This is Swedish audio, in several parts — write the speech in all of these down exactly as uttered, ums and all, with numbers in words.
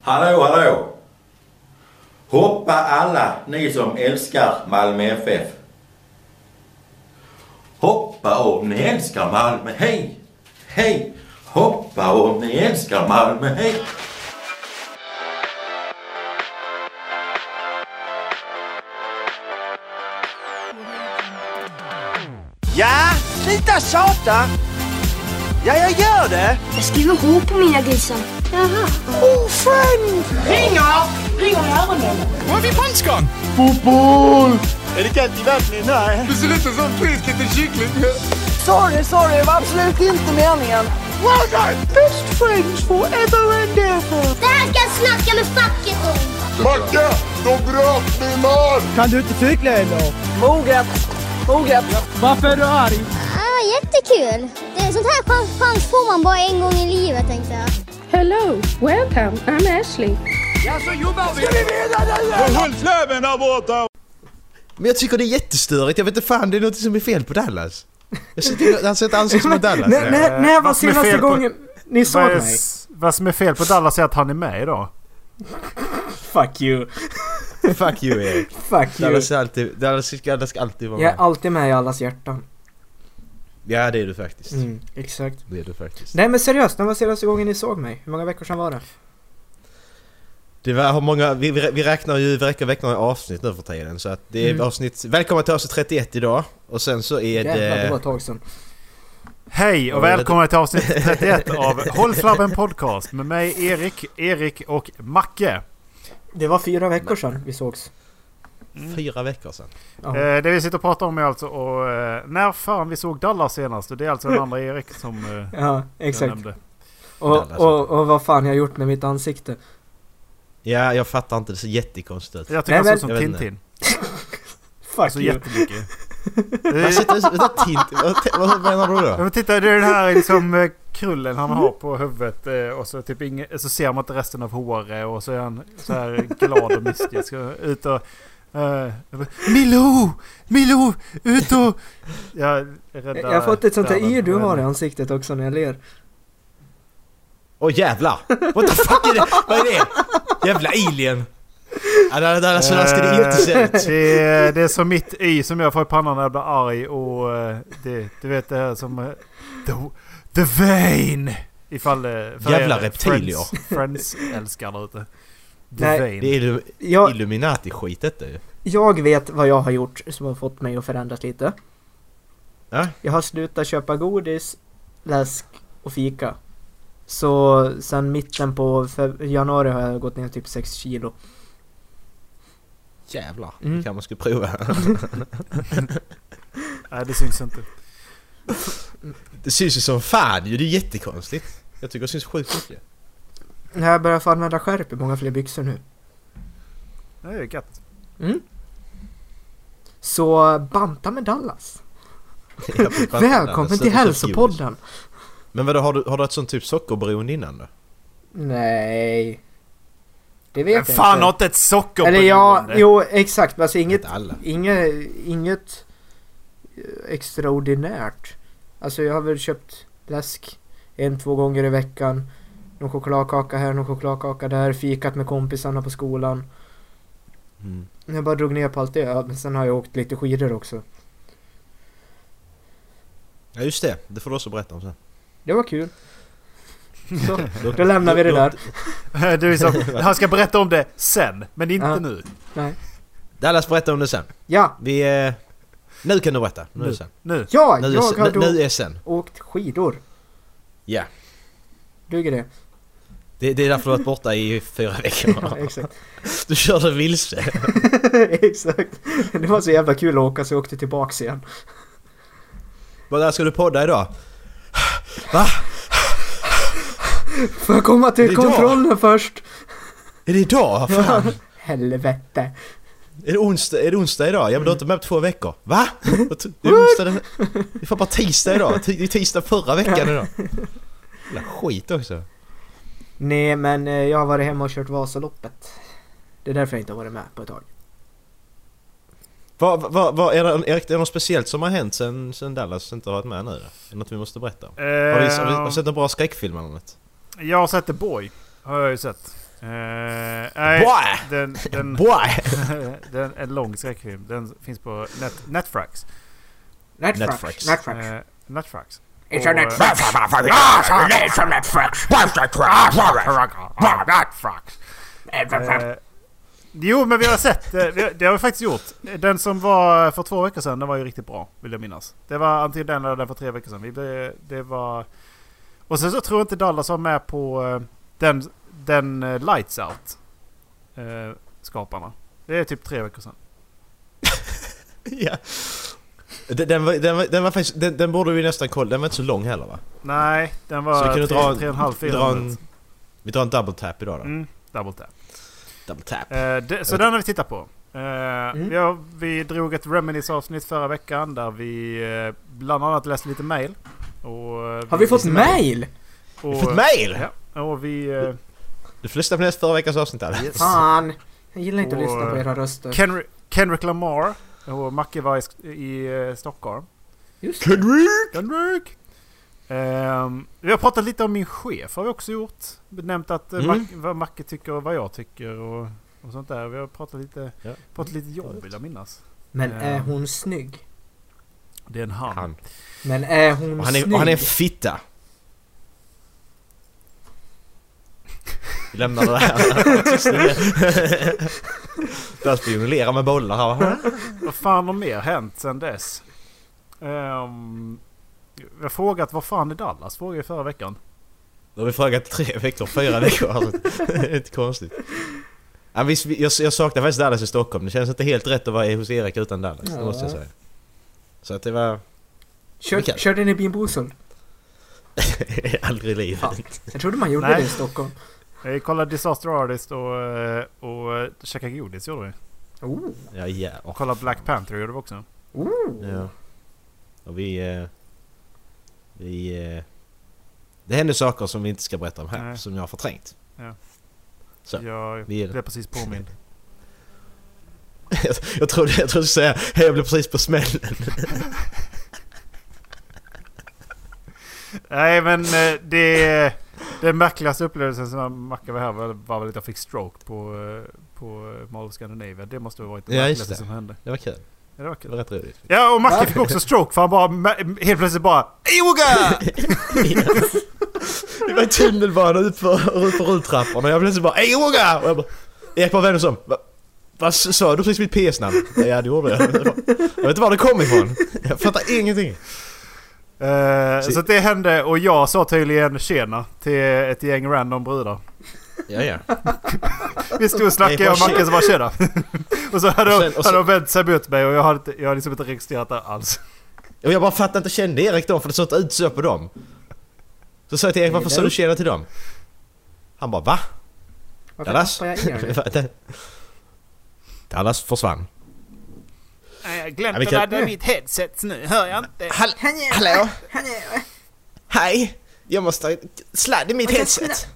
Hallå, hallå! Hoppa alla ni som älskar Malmö F F. Hoppa om ni älskar Malmö, hej! Hej! Hoppa om ni älskar Malmö, hej! Ja, sluta tjata! Ja, jag gör det! Jag skriver H på mina grisar. Jaha. Oh, friend! Ringer! Ringer i öronen. Var är vi punchgång? Fotboll! Är det kallt i vattnet? Nej. Det ser lite som frisk liten kyckling. Sorry, sorry. Det var absolut inte meningen. Well done! Best friends forever and ever. Det här ska jag snacka med facket om. Macke, de bröt min man! Kan du inte cykla eller? Moget. Moget. Varför är du arg? Ah, jättekul. Det är sånt här chans, chans får man bara en gång i livet, tänkte jag. Hello, welcome, I'm Ashley. Ja, så jobbar vi. Ska vi vinna den? Håll fläven där borta! Men jag tycker det är jättestörigt. Jag vet inte fan, det är något som är fel på Dallas. Jag sitter, han sätter ansiktet som en Dallas. När, när, när var vad som är senaste fel på- gången ni såg Vad, är, mig? vad som är fel på Dallas är att han är med idag. Fuck you. Fuck you, Erik. Fuck you. Dallas, är alltid, Dallas, ska, Dallas ska alltid vara Jag är med. alltid med i allas hjärtan. Ja, det är du faktiskt. Mm, exakt. Det är du faktiskt. Nej men seriöst, när var senaste gången ni såg mig? Hur många veckor sedan var det? Det var hur många, vi, vi vi räknar ju vecka vecka i avsnitt nu för tiden. Så att det är Mm. avsnitt, välkommen till avsnitt trettioett idag. Och sen så är Jävlar, det var det... ett tag sedan. Hej och Ja, välkomna till avsnitt trettioett av Håll Flabben Podcast med mig Erik, Erik och Macke. Det var fyra veckor sedan vi sågs. Fyra veckor sedan. Ja. Eh, det vi sitter och pratar om är alltså och, eh, när fan vi såg Dallas senast. Och det är alltså den andra Erik som eh, Ja, jag exakt. nämnde. Och, och, och vad fan jag har gjort med mitt ansikte. Ja, jag fattar inte, det ser jättekonstigt ut. Jag tycker Nej, han såg men- som jag vet Tintin. Fuck Alltså you. jättemycket. Vad sitter vänta, tint, vad, vad menar du Ja, då? men titta, det är den här liksom eh, krullen han har på huvudet eh, och så typ inge, så ser man inte resten av håret och så är han så här glad och mystisk och ut och uh, Milou! Milou! Ut och jag, rädda, Jag har fått ett sånt här världen. yr du har i ansiktet också när jag ler. Åh oh, jävlar! What the fuck är det? Vad är det? Jävla alien! Ja, där, där, alltså, där ska det inte se ut. det, är- det är som mitt y som jag får i pannan när jag blir arg och eh, det, du vet det här som eh, the, the vein ifall eh, för Jävla er reptilier. Friends, friends älskar där ute. The Nej, vein. Det är illu- Jag, Illuminati-skit detta ju. jag vet vad jag har gjort som har fått mig att förändras lite. Ja? Jag har slutat köpa godis, läsk och fika. Så sen mitten på feb- januari har jag gått ner typ sex kilo. Jävlar, Mm. det kan man skulle prova. Nej, det syns inte. Det syns ju som fan ju, det är jättekonstigt. Jag tycker det syns sjukt mycket. Jag har börjat få använda skärp i många fler byxor nu. Det är gött. Mm. Så banta med Dallas. Jag fick bara- Välkommen så- till så- hälsopodden. Men vadå, har du, har du ett sånt typ sockerberoende innan då? Nej. Det Men vet jag fan inte. har inte ett sockerberoende. Eller ja, jo exakt. Men alltså inget, Inte alla. inget, inget eh, extraordinärt. Alltså jag har väl köpt läsk en, två gånger i veckan. Någon chokladkaka här, någon chokladkaka där. Fikat med kompisarna på skolan. Mm. Jag bara drog ner på allt det. Ja, men sen har jag åkt lite skidor också. Ja just det, det får du också berätta om sen. Det var kul. Så, då lämnar vi det där. Du är som, han ska berätta om det sen, men inte Ja. nu. Nej. Dallas, berätta om det sen. Ja, Vi... Eh, nu kan du berätta, nu är Nu. det sen. Nu. ja Nu är, jag sen, har nu, då nu är sen. åkt skidor. Ja. Duger det? Det, det är därför du har varit borta i fyra veckor. Ja, exakt. Du körde vilse. Exakt. Det var så jävla kul att åka så jag åkte tillbaks igen. Vad där ska du podda idag? Va? Får jag komma Är det till idag? kontrollen först? Är det idag? Fan. Helvete. Är det onsdag, är det onsdag idag? Ja men du har inte med på två veckor. Va? Det är onsdag den... Det är fan bara tisdag idag. Det är tisdag förra veckan idag. Jävla skit också. Nej men eh, jag har varit hemma och kört Vasaloppet. Det är därför jag inte har varit med på ett tag. Vad, vad, vad, är, det, Erik, är det något speciellt som har hänt sen, sen Dallas inte har varit med nu då? Är det något vi måste berätta om? Har vi, har vi har vi sett en bra skräckfilm eller något? Jag har sett The Boy. Har jag ju sett. Uh, nej, Boy! den, den, Boy! den är en lång skräckfilm. Den finns på net, Netflix. Netflix. Netflix. Netflix. Uh, Netflix. It's a Och, Netflix. Netflix. Uh, jo, men vi har sett uh, vi, det har vi faktiskt gjort. Den som var för två veckor sedan, den var ju riktigt bra, vill jag minnas. Det var antingen den eller den för tre veckor sedan. Vi, det, det var... Och sen så tror jag inte Dallas var med på uh, den, den uh, Lights Out uh, skaparna. Det är typ tre veckor sedan. Ja. Den, den, var, den, var, den var faktiskt den, den borde vi nästan kolla. Den var inte så lång heller, va? Nej, den var så vi kunde tre, dra, tre och en halv, fyra dra en, vi drar en double tap idag då. Mm, double tap. Double tap. Uh, det, så den har vi tittat på. Uh, mm. vi, har, vi drog ett Reminisce-avsnitt förra veckan där vi uh, bland annat läste lite mail. Och, uh, har vi, vi fått mail? Och, vi fått mail? Ja, och vi... Uh, du får lyssna på nästa förra veckans avsnitt här. Yes. Fan, jag gillar inte och, att lyssna på era röster. Ken, Kendrick Lamar och Macke var i, i uh, Stockholm. Just Kendrick! Kendrick! Um, vi har pratat lite om min chef har vi också gjort. Benämnt att uh, mm. Mac, vad Macke tycker och vad jag tycker och, och sånt där. Vi har pratat lite, ja. pratat lite jobb, vill jag minnas. Men um, är hon snygg? Det är en han. han. Men är hon och han är, snygg? Och han är fitta. Vi lämnar det här. Där spionerar med bollar här. Vad fan har mer hänt sen dess? Um, jag har frågat vad fan är Dallas? Frågade jag förra veckan. Då har vi frågat tre veckor, fyra veckor. Alltså, det är inte konstigt. Ja, visst, jag, jag saknar faktiskt Dallas i Stockholm. Det känns inte helt rätt att vara hos Erik utan Dallas. Ja. Det måste jag säga. Så att det var... Kör, körde ni Bimbosol? Aldrig i livet. Ja. Jag trodde man gjorde Nej. det i Stockholm. Jag kollade Disaster Artist och, och Käka godis gjorde vi. Oh. Ja, ja. Och kollade Black Panther gjorde vi också. Oh. Ja. Och vi... Vi... Det händer saker som vi inte ska berätta om här. Nej. Som jag har förträngt. Ja. Så, jag vi blev precis påmind. jag, jag trodde jag trodde säga hej, jag blev precis på smällen. Nej, men det den märkligaste upplevelsen som Macke var här var, var väl att jag fick stroke på på Mall of Scandinavia. Det måste ha varit det ja, märkligaste det. som hände. Det var kul. Ja, det var kul. Det var rätt roligt. Ja, och Macke fick också stroke för han bara helt plötsligt bara Yoga! Det var i tunnelbanan ut för, ut för rulltrappan och jag plötsligt bara Yoga! Och jag bara Erik bara vände som Va, vad sa du precis mitt P S-namn? Ja, det gjorde jag. Jag vet inte var det kom ifrån. Jag fattar ingenting. Uh, så. så det hände och jag sa tydligen tjena till ett gäng random brudar. Ja, ja. Vi stod och snackade och Macke som var tjena. Och så hade, och sen, och så, hade de vänt sig mot mig och jag hade, jag hade liksom inte registrerat det alls. Och jag bara fattade inte kände Erik då för det såg ut så på dem. Så sa jag till Erik, varför sa du tjena till dem? Han bara, va? Varför Dallas? tappar jag Dallas försvann. Jag glömde ja, ladda mitt headset nu, hör jag inte. Hall Hallå? Hej, jag måste sladda mitt headset.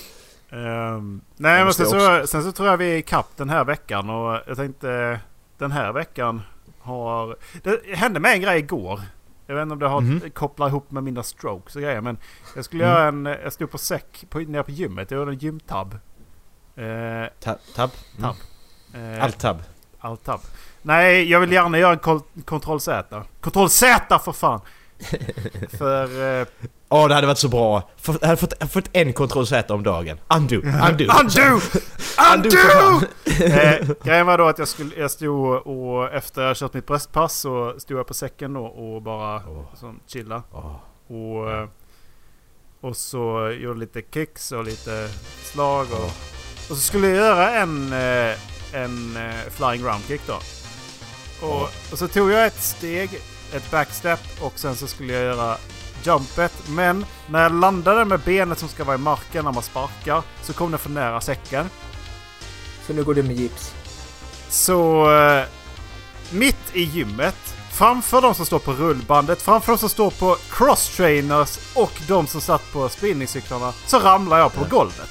Um, nej, men sen så, sen så tror jag vi är i kapp den här veckan och jag tänkte den här veckan har... Det hände med en grej igår. Jag vet inte om det har mm. kopplat ihop med mina strokes och grejer, men jag skulle mm. göra en... Jag stod på säck på, nere på gymmet. Jag gjorde en gymtab. Uh, tab? Tab? Tab. Mm. Uh, Alt-tab. Alt-tab. Nej, jag vill gärna göra en Ctrl-Z. Ctrl-Z för fan! För... Uh, Åh, oh, det hade varit så bra. Jag hade fått, jag fått en Ctrl-Z om dagen. Undo, undo. Undo! Undo! eh, grejen var då att jag, skulle, jag stod och efter jag kört mitt bröstpass så stod jag på säcken då och bara oh. så, chilla. Oh. Och, och så gjorde lite kicks och lite slag. Och, och så skulle jag göra en, en flying round kick då. Och, och så tog jag ett steg, ett backstep och sen så skulle jag göra jumpet, men när jag landade med benet som ska vara i marken när man sparkar så kom det för nära säcken. Så nu går det med gips. Så uh, mitt i gymmet, framför de som står på rullbandet, framför de som står på cross-trainers och de som satt på spinningcyklarna, så ramlar jag på golvet.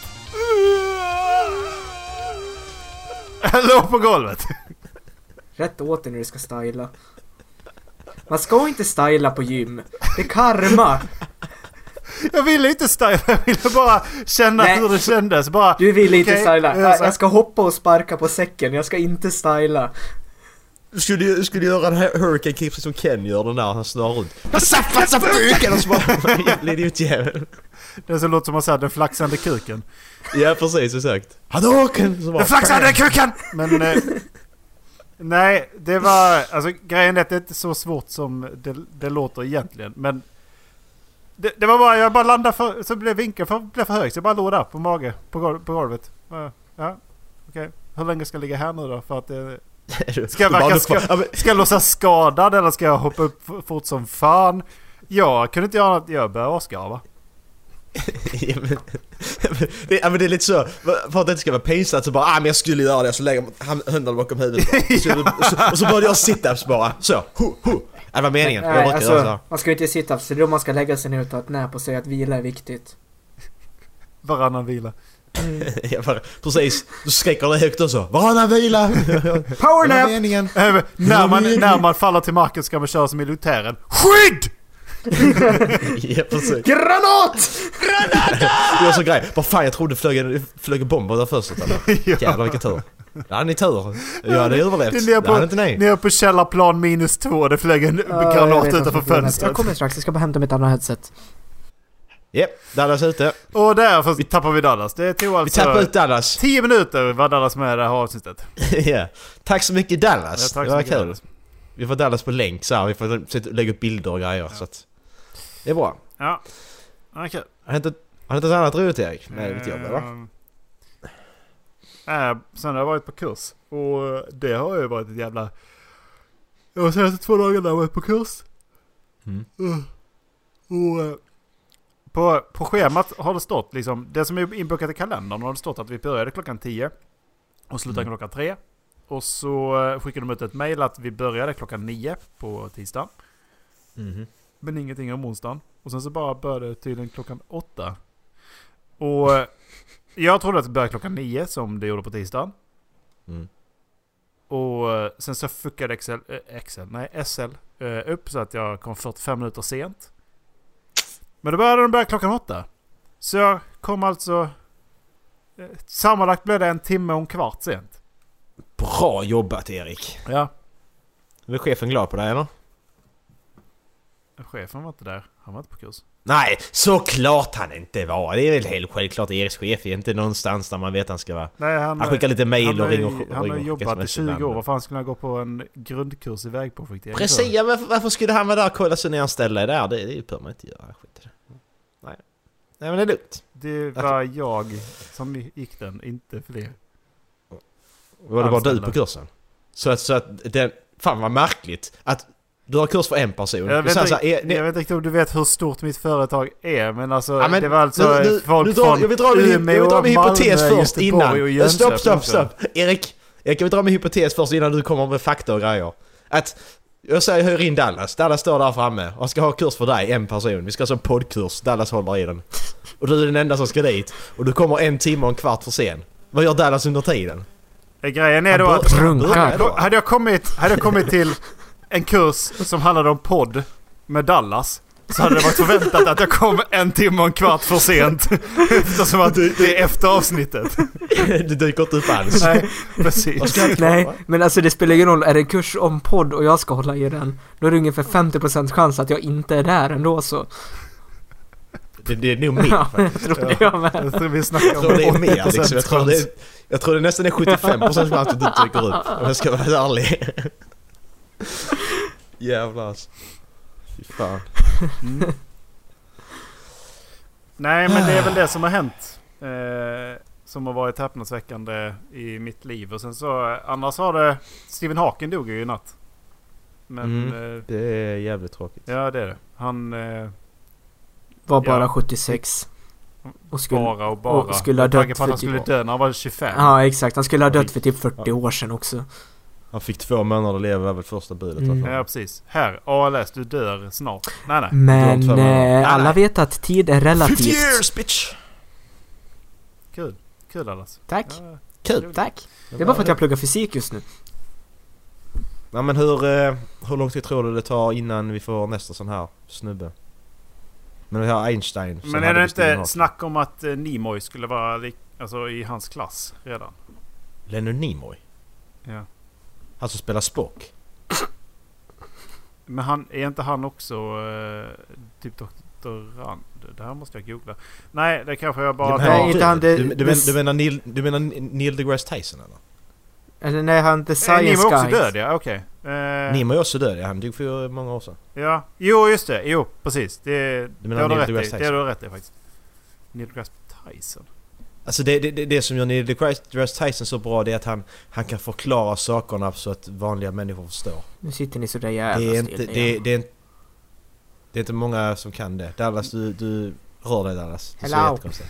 Jag låg på golvet. Rätt åt dig när du ska styla. Man ska inte styla på gym. Det är karma. Jag ville inte styla, jag ville bara känna Nej. hur det kändes. Bara, Du vill inte okej, styla. jag- Jag ska hoppa och sparka på säcken. Jag ska inte styla. Du skulle, du skulle göra en hurricane kick som Ken gör den där han snurrar runt. Fassa, fassa, kuken! Och så bara... Jävla idiotjävel. Det är så låter som man säger den flaxande kuken. Ja, precis, exakt. Hadouken! Så bara... Den flaxande kuken! Men... Eh, nej, det var... Alltså grejen är att det är inte så svårt som det, det låter egentligen. Men... Det, det var bara... Jag bara landade för... Så blev vinkeln för, blev för hög. Så jag bara låg där på mage. På, gol, på golvet. Ja, okej. Okay. Hur länge ska jag ligga här nu då? För att det... Ska jag, verka, ska, ska jag låtsas skadad eller ska jag hoppa upp fort som fan? Jag kunde inte göra något. Jag började avskarva. ja, men, det, ja, men det är lite så. För att det inte ska vara pinsamt så bara ah, men jag skulle göra det. Så lägger man händerna bakom huvudet. Så, och, så, och så började jag sitta så bara. Så. Hu, hu. Det var meningen. Nej, jag alltså, göra så. man ska ju inte sitta så det är då man ska lägga sig ner och ta ett näp och säga att vila är viktigt. Varannan vila. Mm. Ja, bara, precis. Du skriker det högt också. Varannan vila. Powernap! Meningen. Äh, när, man, när man faller till marken ska man köra som militären. Skydd! Ja, precis. Granat! Granat! Det var så grej. Vad fan, jag trodde flög, flög bomber där först. Ja. Jävlar vilken tur. Ja, hade ni tur? Ja, det överlevt. Det är det hade inte ni. Nere på källarplan minus två. Det flög en Ja, granat utanför fönstret. Jag kommer strax. Jag ska bara hämta mitt andra headset. Japp, yep, Dallas ute. Och där först tappar vi Dallas. Det tog alltså... Vi tappar ut Dallas. tio minuter var Dallas med i det här avsnittet. Ja. Tack så mycket Dallas. Ja, tack det var så mycket, kul. Dallas. Vi får Dallas på länk så här. Vi får lägga upp bilder och grejer. Ja. Så att det är bra. Ja, okej. Okay. Har inte har inte ett annat roligt, Erik? Med ditt jobb, eller? Äh, sen har jag varit på kurs. Och det har ju varit ett jävla... Jag har senaste två dagar där jag varit på kurs. Mm. Uh. Och... På, på schemat har det stått liksom, det som är inbokat i kalendern har det stått att vi började klockan tio och slutade mm. klockan tre. Och så skickade de ut ett mejl att vi började klockan nio på tisdag. Mm. Men ingenting om onsdagen. Och sen så bara började det tydligen klockan åtta. Och jag trodde att det började klockan nio som det gjorde på tisdagen. Mm. Och sen så fuckade Excel, äh, Excel nej S L äh, upp så att jag kom fyrtiofem minuter sent. Men då började de börja klockan åtta. Så jag kom alltså... Eh, sammanlagt blev det en timme och en kvart sent. Bra jobbat, Erik. Ja. Är chefen glad på dig, eller? Chefen var inte där. Han var inte på kurs. Nej, såklart han inte var. Det är väl helt självklart Eriks chef är inte någonstans där man vet att han ska vara. Nej, han, han skickar lite mail och ringer och Han, han har jobbat i tjugo år. Vad fan skulle han gå på en grundkurs i vägprojektering? Precis, ja, varför, varför skulle han vara där och kolla sig nyanställda där? Det, det behöver man inte göra. Skit i det. Nej. Nej, men det är lugnt. Det var jag som gick den, inte fler. Var det bara du på kursen? Så att, så att det, fan vad märkligt att du har kurs för en person. Jag vet, så inte, här, är, jag vet inte om du vet hur stort mitt företag är, men alltså ja, men, det var alltså nu, nu, folk nu drar, från jag vill dra Umeå, jag vill dra min hypotes Malmö, först Göteborg innan. Stopp, stopp, stopp. Erik, jag kan dra min hypotes först innan du kommer med fakta och grejer. Att jag säger hör in Dallas. Dallas står där framme och ska ha kurs för dig, en person. Vi ska ha en poddkurs. Dallas håller i den. Och du är den enda som ska dit. Och du kommer en timme och en kvart för sen. Vad gör Dallas under tiden? Grejen är då att Runkar. hade jag kommit hade jag kommit till en kurs som handlade om podd med Dallas, så hade det varit förväntat att jag kom en timme och en kvart för sent. Eftersom att det är efter avsnittet. Du dyker inte upp alls. Nej, precis. Nej, men alltså det spelar ingen roll. Är det en kurs om podd och jag ska hålla i den, då är det ungefär femtio procent chans att jag inte är där ändå så. Det, det är nog mer. Ja, jag tror det jag med. Jag tror vi snackar om jag tror det är mer liksom. Jag tror det, är, jag tror det nästan är sjuttiofem procent chans att du inte dyker upp. Om jag ska vara ärlig. Jävlar. Fy fan. Mm. Nej, men det är väl det som har hänt. Eh, som har varit häpnadsväckande i mitt liv. Och sen så, annars har det... Stephen Hawking dog ju i natt. Men... Mm, eh, det är jävligt tråkigt. Ja, det är det. Han... Eh, var bara ja. sjuttiosex. Och skulle, bara och bara. och skulle ha dött för att han skulle dö när han var tjugofem. Ja, exakt. Han skulle ha dött för typ fyrtio år sedan också. Han fick två månader att leva, var väl första budet. Mm. Ja, precis. Här, A L S, du dör snart. Nej, nej. Men eh, nej, alla nej. vet att tid är relativt. fifty years, bitch! Kul. Kul, Allas. Tack. Ja, Kul. Tack. Det är bara för att jag pluggar fysik just nu. Ja, men hur, eh, hur lång tid tror du det tar innan vi får nästa sån här snubbe? Men vi har Einstein. Men är det inte snack om att eh, Nimoy skulle vara lik, alltså, i hans klass redan? Leonard Nimoy? Ja. Han som spelar Spock. Men han, är inte han också eh, typ doktorand? Det här måste jag googla. Nej, det kanske jag bara... Ja, Nej, inte han det, du, du, men, du menar Neil, du menar Neil deGrasse Tyson eller? Eller nej, han the Science Nimoy är också Guy. död, ja, okej. Okay. Eh, Nimoy är också död, ja. Han dog för många år sedan. Ja, jo just det. Jo, precis. Det, Du det menar har du Neil rätt i. deGrasse Det har Tyson? du rätt i faktiskt. Neil deGrasse Tyson. Alltså det, det, det som gör Neil deGrasse Tyson så bra, det är att han, han kan förklara sakerna så att vanliga människor förstår. Nu sitter ni så där jävla Det är inte, still det, igen. det, är inte, det är inte många som kan det. Dallas, du, du rör dig Dallas. Det är så Hello. jättekonstigt.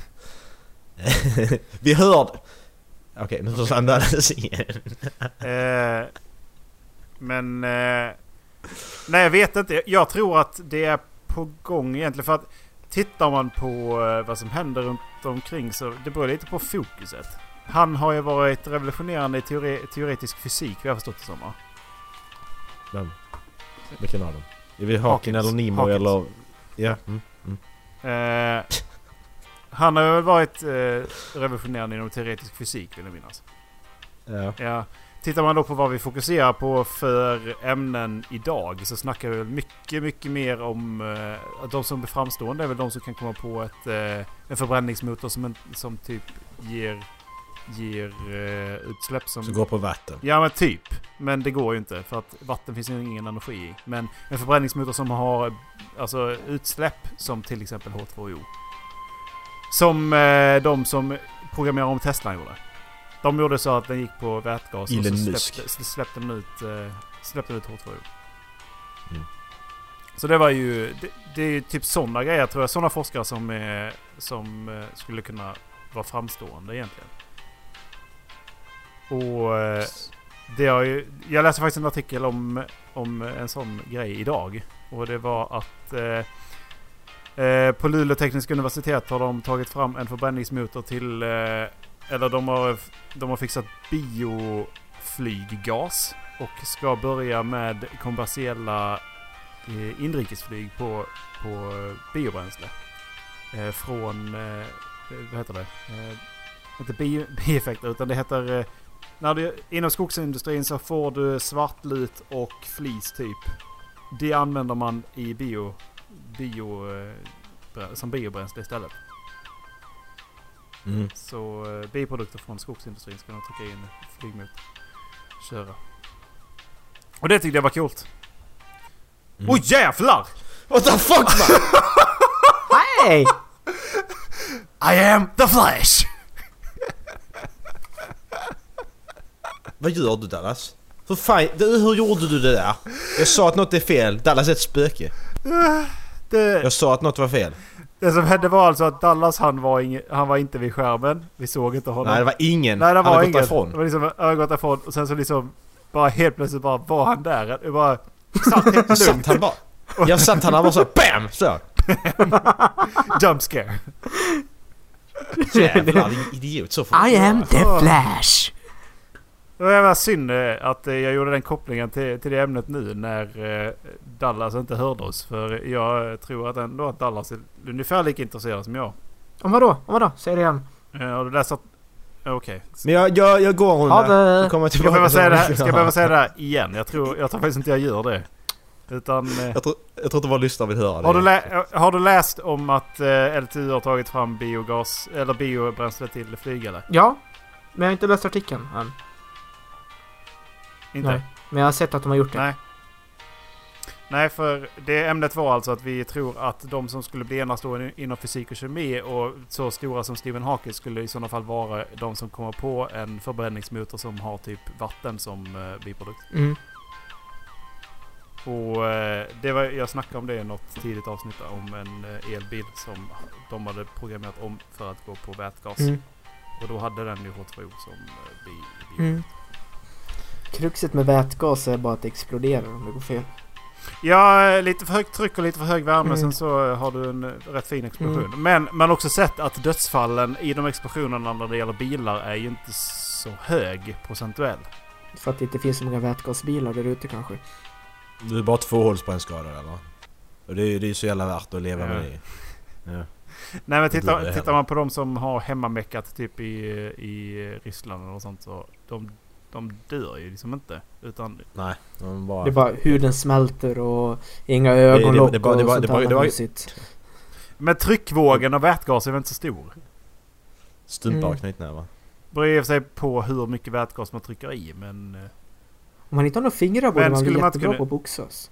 Vi hörde. Okej, okay, nu försvann Dallas igen. eh, men... Eh, nej, jag vet inte. Jag tror att det är på gång egentligen. För att tittar man på eh, vad som händer runt omkring så det beror lite på fokuset. Han har ju varit revolutionerande i teore- teoretisk fysik, vi har förstått det som. Va? Vem? Vilken av dem? Är vi Hawking eller Nimoy Hawkins. eller... Ja. Mm. Mm. Eh, han har ju varit eh, revolutionerande inom teoretisk fysik, vill jag minnas. Ja. Ja. Tittar man då på vad vi fokuserar på för ämnen idag så snackar vi väl mycket, mycket mer om eh, att de som är framstående är väl de som kan komma på ett, eh, en förbränningsmotor som, en, som typ ger, ger eh, utsläpp som... Som går på vatten. Ja, men typ. Men det går ju inte för att vatten finns ju ingen energi i. Men en förbränningsmotor som har alltså utsläpp som till exempel H två O. Som eh, de som programmerar om Tesla gjorde. De gjorde så att den gick på vätgas Elon och så Musk. släppte, släppte den ut, eh, släppte ut H två O. Mm. Så det var ju, det, det är typ sådana grejer tror jag. Sådana forskare som, är, som eh, skulle kunna vara framstående egentligen. Och eh, det har ju, jag läste faktiskt en artikel om, om en sån grej idag. Och det var att eh, eh, på Luleå tekniska universitet har de tagit fram en förbränningsmotor till... Eh, eller de har, de har fixat bioflyggas och ska börja med kommersiella eh, inrikesflyg på, på biobränsle. Eh, från, eh, vad heter det? Eh, inte bi, bieffekter utan det heter... Eh, när du, inom skogsindustrin så får du svartlut och flis typ. Det använder man i bio, bio eh, som biobränsle istället. Mm. Så eh, biprodukter från skogsindustrin ska de trycka in flygmotor. Köra. Och det tyckte jag var coolt. Åh Mm. oh, jävlar! What the fuck man? Hej! I am the Flash! Vad gör du Dallas? Hur, fan, hur gjorde du det där? Jag sa att något är fel. Dallas är ett spöke. Det, Jag sa att något var fel. det som hände var alltså att Dallas han var, ing, han var inte vid skärmen. Vi såg inte honom. Nej, det var ingen. Nej, det Han var hade ingen. gått ifrån. Det var liksom, han hade gått ifrån och sen så liksom bara helt plötsligt bara var han där. Jag bara satt helt Så satt lugnt. han bara. Jag satt han bara så BAM! Så. Jump scare. Jävlar, din idiot. Så får I am the Flash! Det var jävla synd eh, att eh, jag gjorde den kopplingen till, till det ämnet nu när eh, Dallas inte hörde oss. För jag tror att ändå att Dallas är ungefär lika intresserad som jag. Om vadå? Om vadå? Säg det igen. Eh, och det läst att... Okej. Okay. Men jag, jag, jag går en runda. Ha det. Så kommer jag Ska jag tillbaka behöva säga det här, sen. ska jag behöva säga det här igen? Jag tror, jag tror faktiskt inte jag gör det. Utan... Eh, Jag tror, jag tror inte bara lyssnare vill höra det. har, du lä- har du läst om att eh, L T U har tagit fram biogas eller biobränsle till flygare? Ja. Men jag har inte läst artikeln än. Inte? Nej. Men jag har sett att de har gjort det. Nej. Nej, för det ämnet var alltså att vi tror att de som skulle bli enastående inom fysik och kemi och så stora som Stephen Hawking skulle i sådana fall vara de som kommer på en förbränningsmotor som har typ vatten som eh, biprodukt. Mm. Och eh, det var, jag snackade om det i något tidigt avsnitt om en eh, elbil som de hade programmerat om för att gå på vätgas. Mm. Och då hade den ju H två O som eh, bi, bi. Mm. Kruxet med vätgas är bara att det exploderar om det går fel. Ja, lite för högt tryck och lite för hög värme, Mm. sen så har du en rätt fin explosion. Mm. Men man har också sett att dödsfallen i de explosionerna när det gäller bilar är ju inte så hög procentuell. För att det inte finns så många vätgasbilar där ute kanske. Du är bara tvåhålsbrännskadad eller? Och det är ju det är så jävla värt att leva Ja. med det. Ja. Nej men tittar, tittar man på de som har hemmameckat typ i, i Ryssland och sånt så de, de dör ju liksom inte utan nej, de bara... Det är bara huden smälter och inga ögonlock det, det, det, det, och det, sånt det, det, det, sitt. Men tryckvågen av vätgas är väl inte så stor? Stumpar och Mm. knytnävar. Beror sig på hur mycket vätgas man trycker i men... Om man inte har några fingrar borde Men man bli skulle man jättebra kunna- på att boxas.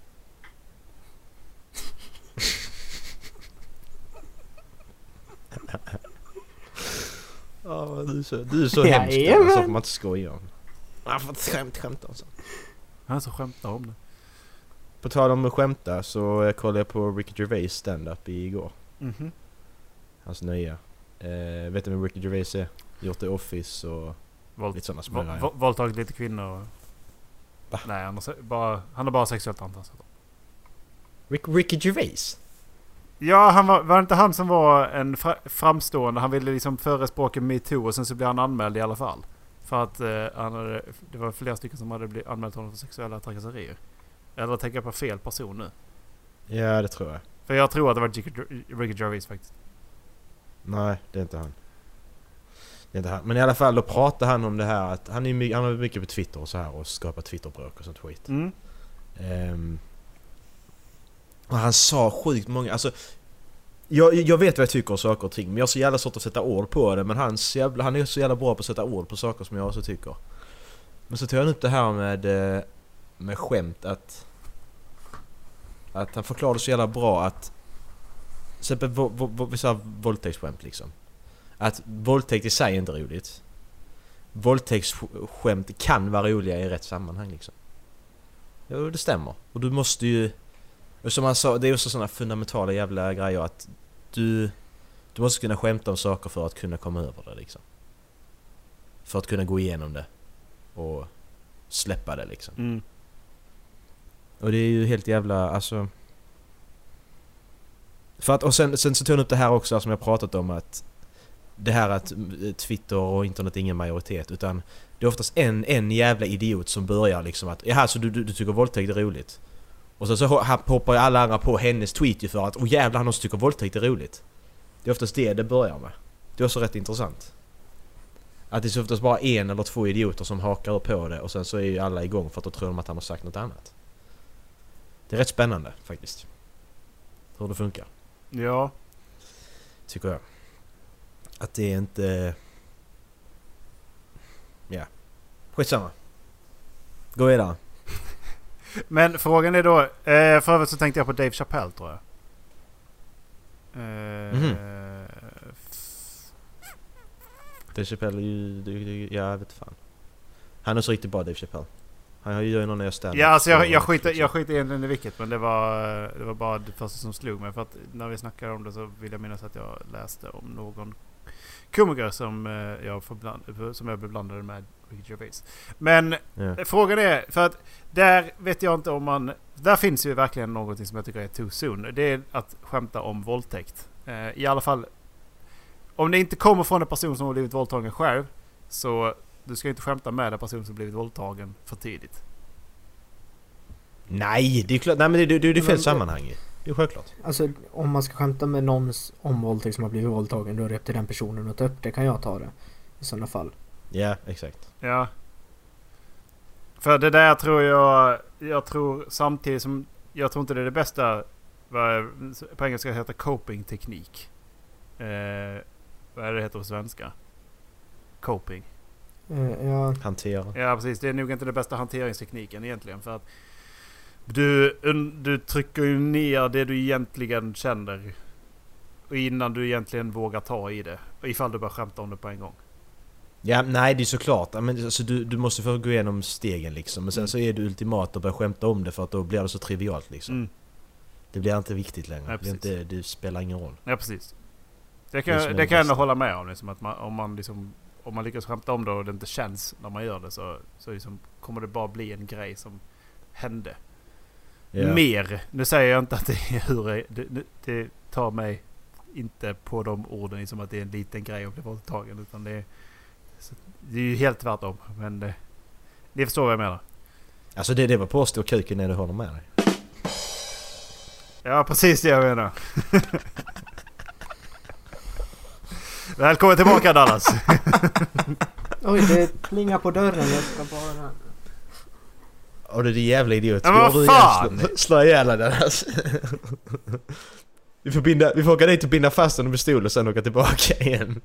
Ja, du är så, du är så Ja, hemsk. jajamän. Så får man inte skoja om. Man får inte skämt, skämta om sånt. Han så skämtar om det. På tal om att skämta så eh, kollade jag på Ricky Gervais stand-up igår. Mhm. Hans nya. Eh, vet du vem Ricky Gervais är? Gjort The Office och Våld, lite sådana små vå- grejer. vå- våldtagit lite kvinnor. Va? Nej, han har, se- bara, han har bara sexuellt anpassat dem. Rick, Ricky Gervais? Ja, han var, var det inte han som var en fra, framstående? Han ville liksom förespråka MeToo och sen så blev han anmäld i alla fall. För att eh, han hade, det var flera stycken som hade blivit anmält honom för sexuella trakasserier. Eller tänker jag på fel person nu? Ja, det tror jag. För jag tror att det var Ricky, Ricky Gervais faktiskt. Nej, det är inte han. Det är inte han. Men i alla fall, då pratar han om det här att han är my- han har mycket på Twitter och så här och skapar Twitterbråk och sånt skit. Mm. Ehm, och han sa sjukt många, alltså jag, jag vet vad jag tycker om saker och ting, men jag har så jävla svårt att sätta ord på det, men han, så jävla, han är så jävla bra på att sätta ord på saker som jag också tycker. Men så tar han upp det här med eh, med skämt att att han förklarade så jävla bra att till exempel vo, vo, vo, vi sa våldtäktsskämt liksom. Att våldtäkt i sig är inte roligt. Våldtäktsskämt kan vara roliga i rätt sammanhang liksom. Jo, det stämmer. Och du måste ju... Och som han sa, det är också sådana fundamentala jävla grejer att du... Du måste kunna skämta om saker för att kunna komma över det liksom. För att kunna gå igenom det. Och släppa det liksom. Mm. Och det är ju helt jävla, alltså... För att, och sen, sen så tog han upp det här också som jag pratat om att det här att Twitter och internet är ingen majoritet utan det är oftast en, en jävla idiot som börjar liksom att jaha, så du, du, du tycker våldtäkt är roligt. Och så, så hoppar ju alla andra på hennes tweet ju för att åh jävlar, han också tycker våldtäkt är roligt. Det är oftast det det börjar med. Det är också rätt intressant. Att det är så oftast bara en eller två idioter som hakar upp på det och sen så är ju alla igång för att då tror de att han har sagt något annat. Det är rätt spännande faktiskt. Hur det funkar. Ja. Tycker jag. Att det är inte... Ja. Skitsamma. Gå vidare. Men frågan är då... Eh, för övrigt så tänkte jag på Dave Chappelle tror jag. Eh, Mhm. Dave Chappelle är ju... det- det- Ja, jag vet fan. Han är så riktigt bra, Dave Chappelle. Han gör ju någon nya stand. Ja, alltså jag, jag, skiter, jag skiter egentligen i vilket, men det var, det var bara det första som slog mig. För att när vi snackade om det så vill jag minnas att jag läste om någon komiker som, eh, jag, förbland, som jag beblandade med Ricky Gervais. Men Ja. frågan är, för att där vet jag inte om man... Där finns ju verkligen något som jag tycker är too soon. Det är att skämta om våldtäkt. Eh, I alla fall, om det inte kommer från en person som har blivit våldtagen själv, så du ska inte skämta med en person som blivit våldtagen för tidigt. Nej, det är klart. Nej, men det, det, det är Men fel det- sammanhang ju. Det är självklart. Alltså om man ska skämta med någon om våldtäkt som har blivit våldtagen, då är det upp till den personen att ta upp det. Kan jag ta det i sådana fall? Ja, exakt. Ja. För det där tror jag... Jag tror samtidigt som... Jag tror inte det är det bästa... Vad, på engelska heter coping-teknik. Eh, vad är det heter på svenska? Coping. Eh, ja, Hantera. Ja, precis. Det är nog inte den bästa hanteringstekniken egentligen. För att du, du trycker ju ner det du egentligen känner. Och innan du egentligen vågar ta i det. Ifall du bara skämtar om det på en gång. Ja, nej, det är såklart. Men, alltså, du, du måste få gå igenom stegen liksom. Men sen Mm. så är det ultimat att börja skämta om det för att då blir det så trivialt liksom. Mm. Det blir inte viktigt längre. Nej, det, är precis. inte, det spelar ingen roll. Ja, precis. Det Det är kan, som det en kan jag ändå bästa. hålla med om. Liksom, att man, om, man liksom, om man lyckas skämta om det och det inte känns när man gör det så, så liksom, kommer det bara bli en grej som hände. Ja. Mer. Nu säger jag inte att det är hur det, det, det tar mig inte på de orden liksom att det är en liten grej att bli våldtagen, utan det är, så, det är ju helt tvärtom. Men det, ni förstår vad jag menar. Alltså det, det var påstå kuken när du håller med dig. Ja, precis det jag menar. Välkommen tillbaka Dallas. Oj, det plingar på dörren. Jag ska bara... Åh, det är jävla idiot. Men vad Går fan? Slå, slå ihjäl den alltså. Vi får, binda, vi får åka dit och binda fast den med stol och sen åka tillbaka igen.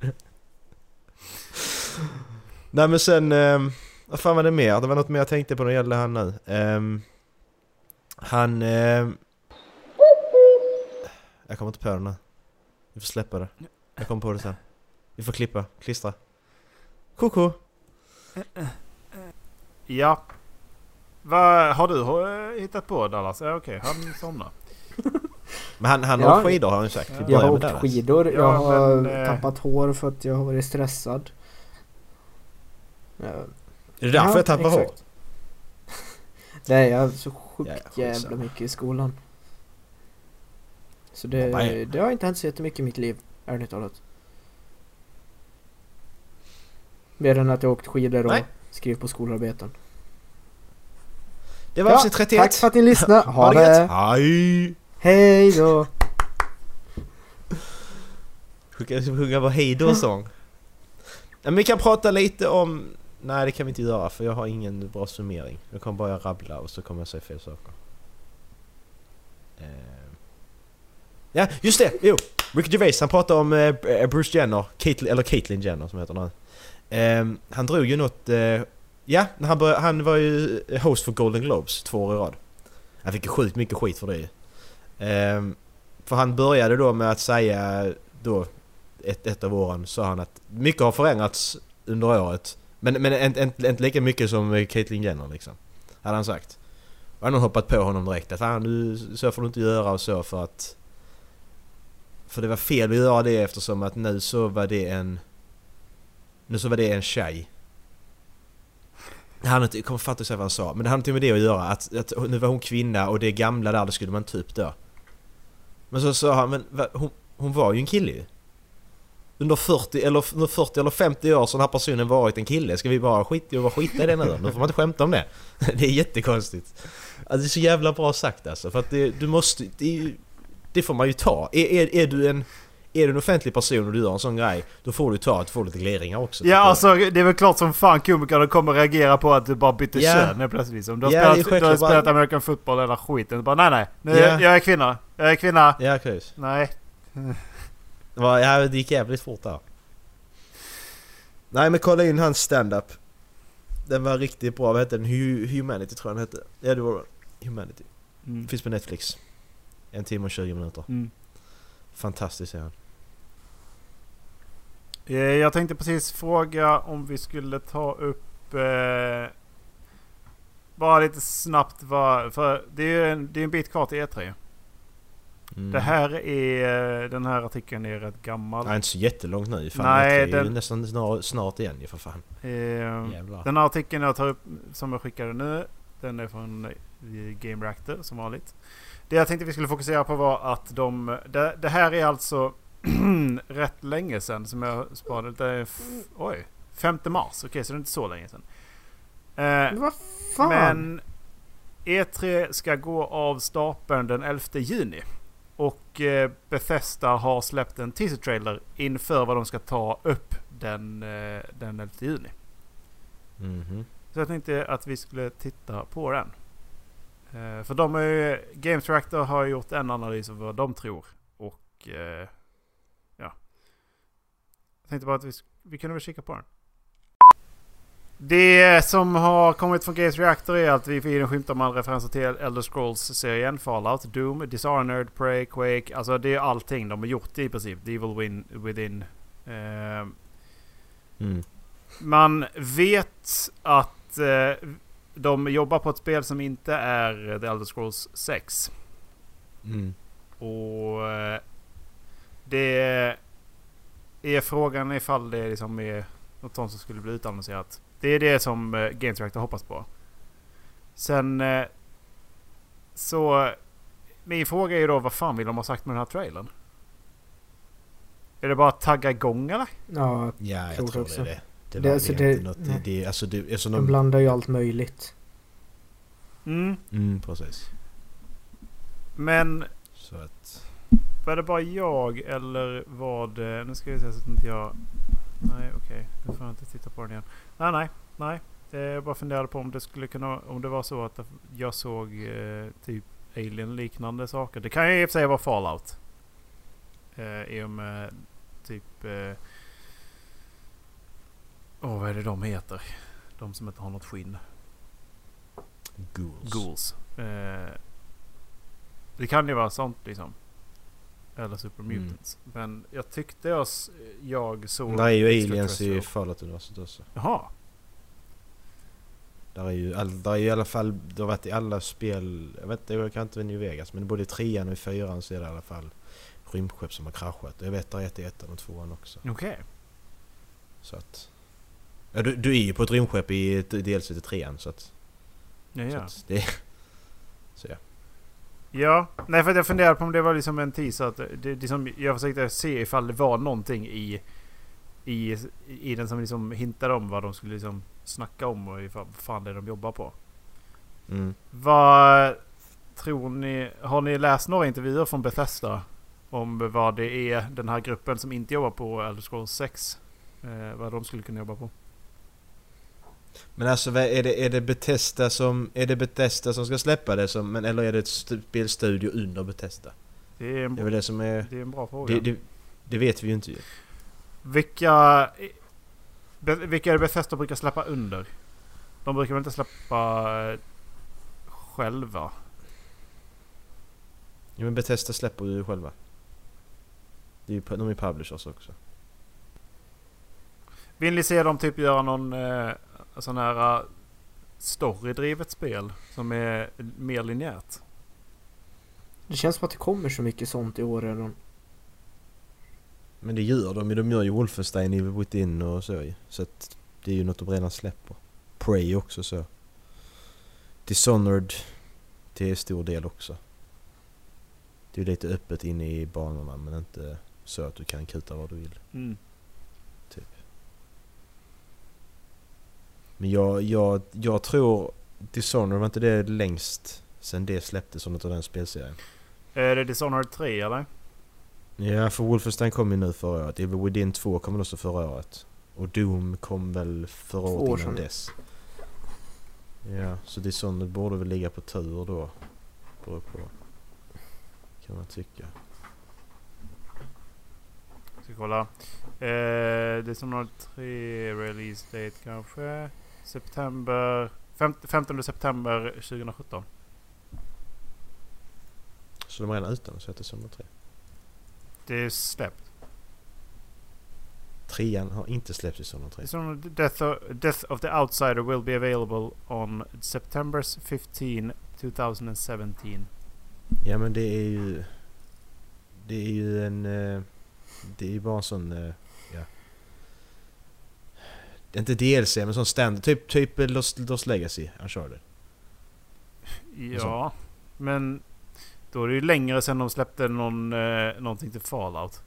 Nej men sen... Um, vad fan var det mer? Det var något mer jag tänkte på när det gällde han nu. Um, han... Um, jag kommer inte på den nu. Vi får släppa det. Jag kommer på det sen. Vi får klippa, klistra. Koko. Ja. Vad har du hittat på Dallas? Ja, okej, han somnar. Men han, han Ja. har åkt skidor har han ju sagt. Vi Jag har börjar med åkt Dallas. skidor. Jag Ja, har men, eh, tappat hår för att jag har varit stressad. Ja. Är det därför Ja, jag tappar hår? exakt. Nej, jag är så sjukt Ja, ja, jävla skitsamma. mycket i skolan. Så det, Vad är- det har inte hänt så jättemycket i mitt liv, ärligt talat. Mer än att jag åkt skidor och Nej. skrivit på skolarbeten. Det var Ja, avsnitt trettioett. tack för att ni lyssnade. Ha Ha det det! gött. Hej! Hej då! Sjunga sjunga vår hejdå-sång. Men vi kan prata lite om... Nej, det kan vi inte göra för jag har ingen bra summering. Jag kommer bara rabbla och så kommer jag säga fel saker. Eh. Ja, just det! Jo! Ricky Gervais, han pratade om eh, Bruce Jenner, Caitlyn, eller Caitlyn Jenner som heter nu. Eh, han drog ju något... Eh, ja, han, bör, han var ju host för Golden Globes två år i rad. Han fick ju sjukt mycket skit för det. Eh, för han började då med att säga... Då, ett, ett av åren sa han att mycket har förändrats under året. Men, men inte, inte, inte lika mycket som Caitlyn Jenner liksom. Hade han sagt. Och han har hoppat på honom direkt. Att ah, du, så får du inte göra och så för att... För det var fel att göra det eftersom att nu så var det en... Nu så var det en tjej. Han inte, jag kommer fatta sig vad han sa. Men det hade inte med det att göra. Att, att nu var hon kvinna och det gamla där, det skulle man typ dö. Men så sa han, men va, hon, hon var ju en kille ju. Under fyrtio eller, under fyrtio eller femtio år så har den här personen varit en kille. Ska vi bara skita, bara skita i det nu? Nu får man inte skämta om det. Det är jättekonstigt. Alltså, det är så jävla bra sagt alltså. För att det, du måste... Det, det får man ju ta. Är, är, är du en... Är du en offentlig person och du gör en sån grej, då får du ta att få lite gleringar också. Ja, alltså det är väl klart som fan komikerna kommer reagera på att du bara bytte Ja. kön helt plötsligt. Om du har Ja, det är spelat, du har självklart spelat bara- American football eller skiten. Bara nej, nej. Nu, Ja. Jag är kvinna. Jag är kvinna. Ja, precis. Nej. Det var, ja, det gick jävligt fort där. Nej, men kolla in hans stand-up. Den var riktigt bra. Vad hette den? Hu- Humanity tror jag den hette. Ja, det var den. Humanity. Mm. Finns på Netflix. En timme och tjugo minuter. Mm. Fantastiskt är han. Eh, Jag tänkte precis fråga om vi skulle ta upp eh, bara lite snabbt vad, för det är ju en, det är en bit kvar till E tre. Mm. Det här är, den här artikeln är rätt gammal. Nej, inte så jättelångt nu. Fan, Nej, det är ju den- nästan snart, snart igen ju för fan. Eh, Jävlar. den här artikeln jag tar upp som jag skickade nu, den är från eh, Game Reactor som vanligt. Det jag tänkte vi skulle fokusera på var att de, det, det här är alltså rätt länge sedan som jag sparade. Det är f- oj, femte mars. Okej, så det är inte så länge sedan. Eh, Men vad fan? men E tre ska gå av stapeln den elfte juni. Och eh, Bethesda har släppt en teaser-trailer inför vad de ska ta upp den, eh, den elfte juni. Mhm. Så jag tänkte att vi skulle titta på den. Eh, för de är ju, Games Reactor har gjort en analys av vad de tror. Och eh, ja. Jag tänkte bara att vi, sk- vi kunde väl kika på den. Det som har kommit från Games Reactor är att vi får in en skymta med referenser till Elder Scrolls-serien, Fallout, Doom, Dishonored, Prey, Quake. Alltså det är allting de har gjort i princip. The Evil Win, Within. Eh, Mm. Man vet att eh, de jobbar på ett spel som inte är The Elder Scrolls sex. Mm. Och eh, det är frågan ifall det liksom är något sånt som skulle bli utannonserat. Det är det som eh, Games Reactor hoppas på. Sen eh, så min fråga är ju då, vad fan vill de ha sagt med den här trailern? Är det bara att tagga igång eller? Ja, Ja, jag tror tror också. det är det. Det Det- var alltså, det, det- inte något... Det, det, alltså, det, alltså, de de, blandar ju allt möjligt. Mm. mm, precis. Men Så att... var det bara jag eller var det... Nu ska vi se så att inte jag... Nej, okej. Okay. Nu får jag inte titta på den igen. Nej, nej, nej. Jag bara funderade på om det skulle kunna... Om det var så att jag såg eh, typ Alien-liknande saker. Det kan ju i och för sig vara Fallout. Eh, I och med typ... Eh, Åh, oh, vad är det de heter? De som inte har något skinn. Ghouls. Ghouls. Eh, det kan ju vara sånt liksom. Eller Super Mutants. Mm. Men jag tyckte jag, jag såg... Det är ju aliens i Fallout-universet också. Jaha. Där är ju, all, där är ju i alla fall... Det har varit i alla spel... Jag vet inte, jag kan inte vara i New Vegas. Men både i trean och i fyran så är det i alla fall rymdskepp som har kraschat. Jag vet att det är ettan och tvåan också. Okej. Okay. Så att... Ja, du, du är ju på ett rymdskepp i dels i trean så att... Ja, ja. Så att det... Så ja. Ja, nej, för att jag funderade på om det var liksom en teaser att det, det som jag försökte se ifall det var någonting i i, i den som liksom hintade om vad de skulle liksom snacka om och ifall, vad fan det är de jobbar på. Mm. Vad tror ni, har ni läst några intervjuer från Bethesda om vad det är den här gruppen som inte jobbar på Elder Scrolls sex eh, vad de skulle kunna jobba på? Men alltså är det, är det Bethesda som är det Bethesda som ska släppa det som, men eller är det ett spelstudio under Bethesda? Det är en, det är väl det som är det är en bra fråga. Det, det, det vet vi ju inte. Vilka be, vilka är det Bethesda brukar släppa under? De brukar väl inte släppa själva? Ja, men Bethesda släpper ju själva. Det är ju, de är publishers också. Vill ni se dem typ göra någon eh, sån här uh, storydrivet spel som är mer linjärt? Det känns som att det kommer så mycket sånt i år redan. Men det gör de ju. De gör ju Wolfenstein i Within och så. Så att det är ju något de redan släpper. Prey också så. Dishonored till stor del också. Det är ju lite öppet inne i banorna men inte så att du kan kuta vad du vill. Mm. Typ. Men jag, jag, jag tror Dishonored var inte det längst sen det släpptes som något av den spelserien. Är det Dishonored tre eller? Ja, för Wolfenstein kom ju nu förra året. Evil Within två kom också förra året. Och Doom kom väl förra året innan dess. Ja, så Dishonored borde väl ligga på tur då. Beror på. Kan man tycka. Ska kolla. Eh, Dishonored tre release date kanske. September... femtonde september tjugohundrasjutton. Så de är redan utan så heter Dishonored tre. Det är släppt. Trean har inte släppts i Dishonored tre. Dishonored Death of, Death of the Outsider will be available on September fifteenth twenty seventeen. Ja, men det är ju... Det är ju en... Det är ju bara en sån... Ja. Det är inte D L C, men sån standard. Typ, typ Lost, Lost Legacy, Uncharted. Ja, men... Då är det ju längre sedan de släppte någon, eh, någonting till Fallout.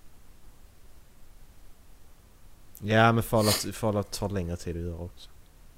Ja, men Fallout, Fallout tar längre tid att göra också.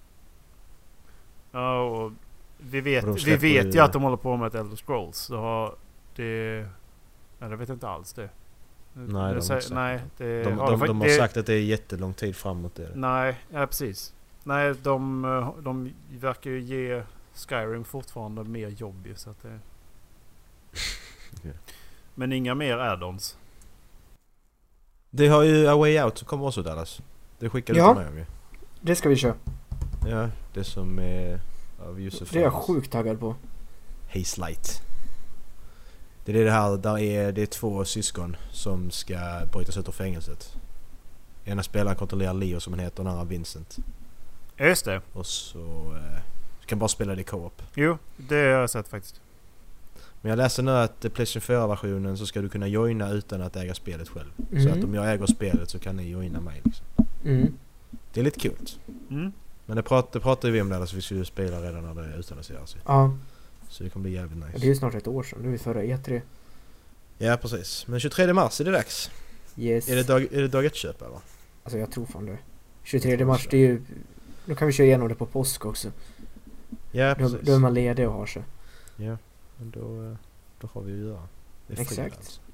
Ja, och vi vet, och vi vet ju att de håller på med ett Elder Scrolls. Så har det... Nej, det vet jag inte alls det. Nej, de, säger, nej, det, de, har de, de, de har det, sagt att det är jättelång tid framåt. Det. Nej, ja, precis. Nej, de, de verkar ju ge Skyrim fortfarande mer jobb ju, så att det... Okay. Men inga mer add-ons. Det har ju A Way Out som kommer också Dallas. Det skickade ja, du till mig om ju. Det ska vi köra. Ja, det som är av Josef. Det är jag sjukt taggad på. Haze Light. Det är det här, där är det är två syskon som ska brytas ut ur fängelset. Ena spelaren kontrollerar Leo som han heter och den andra Vincent. Just det. Och så eh, du kan bara spela det i co-op. Jo, det har jag sett faktiskt. Men jag läser nu att PlayStation fyra-versionen så ska du kunna joina utan att äga spelet själv. Mm. Så att om jag äger spelet så kan ni joina mig liksom. Mm. Det är lite kul. Mm. Men det pratar, pratar vi om där så vi skulle spela redan när det utannonseras. Ja. Så det kommer bli jävligt nice. Det är ju snart ett år sedan. Nu är vi förra E tre. Ja, precis. Men tjugotredje mars är det dags. Yes. Är det dag, är det dag ett köp eller? Alltså jag tror fan det. tjugotredje mars, det är ju... Då kan vi köra igenom det på påsk också. Ja, precis. Då, då är man ledig och har sig. Ja, men då, då har vi ju göra. Det är exakt. Alltså.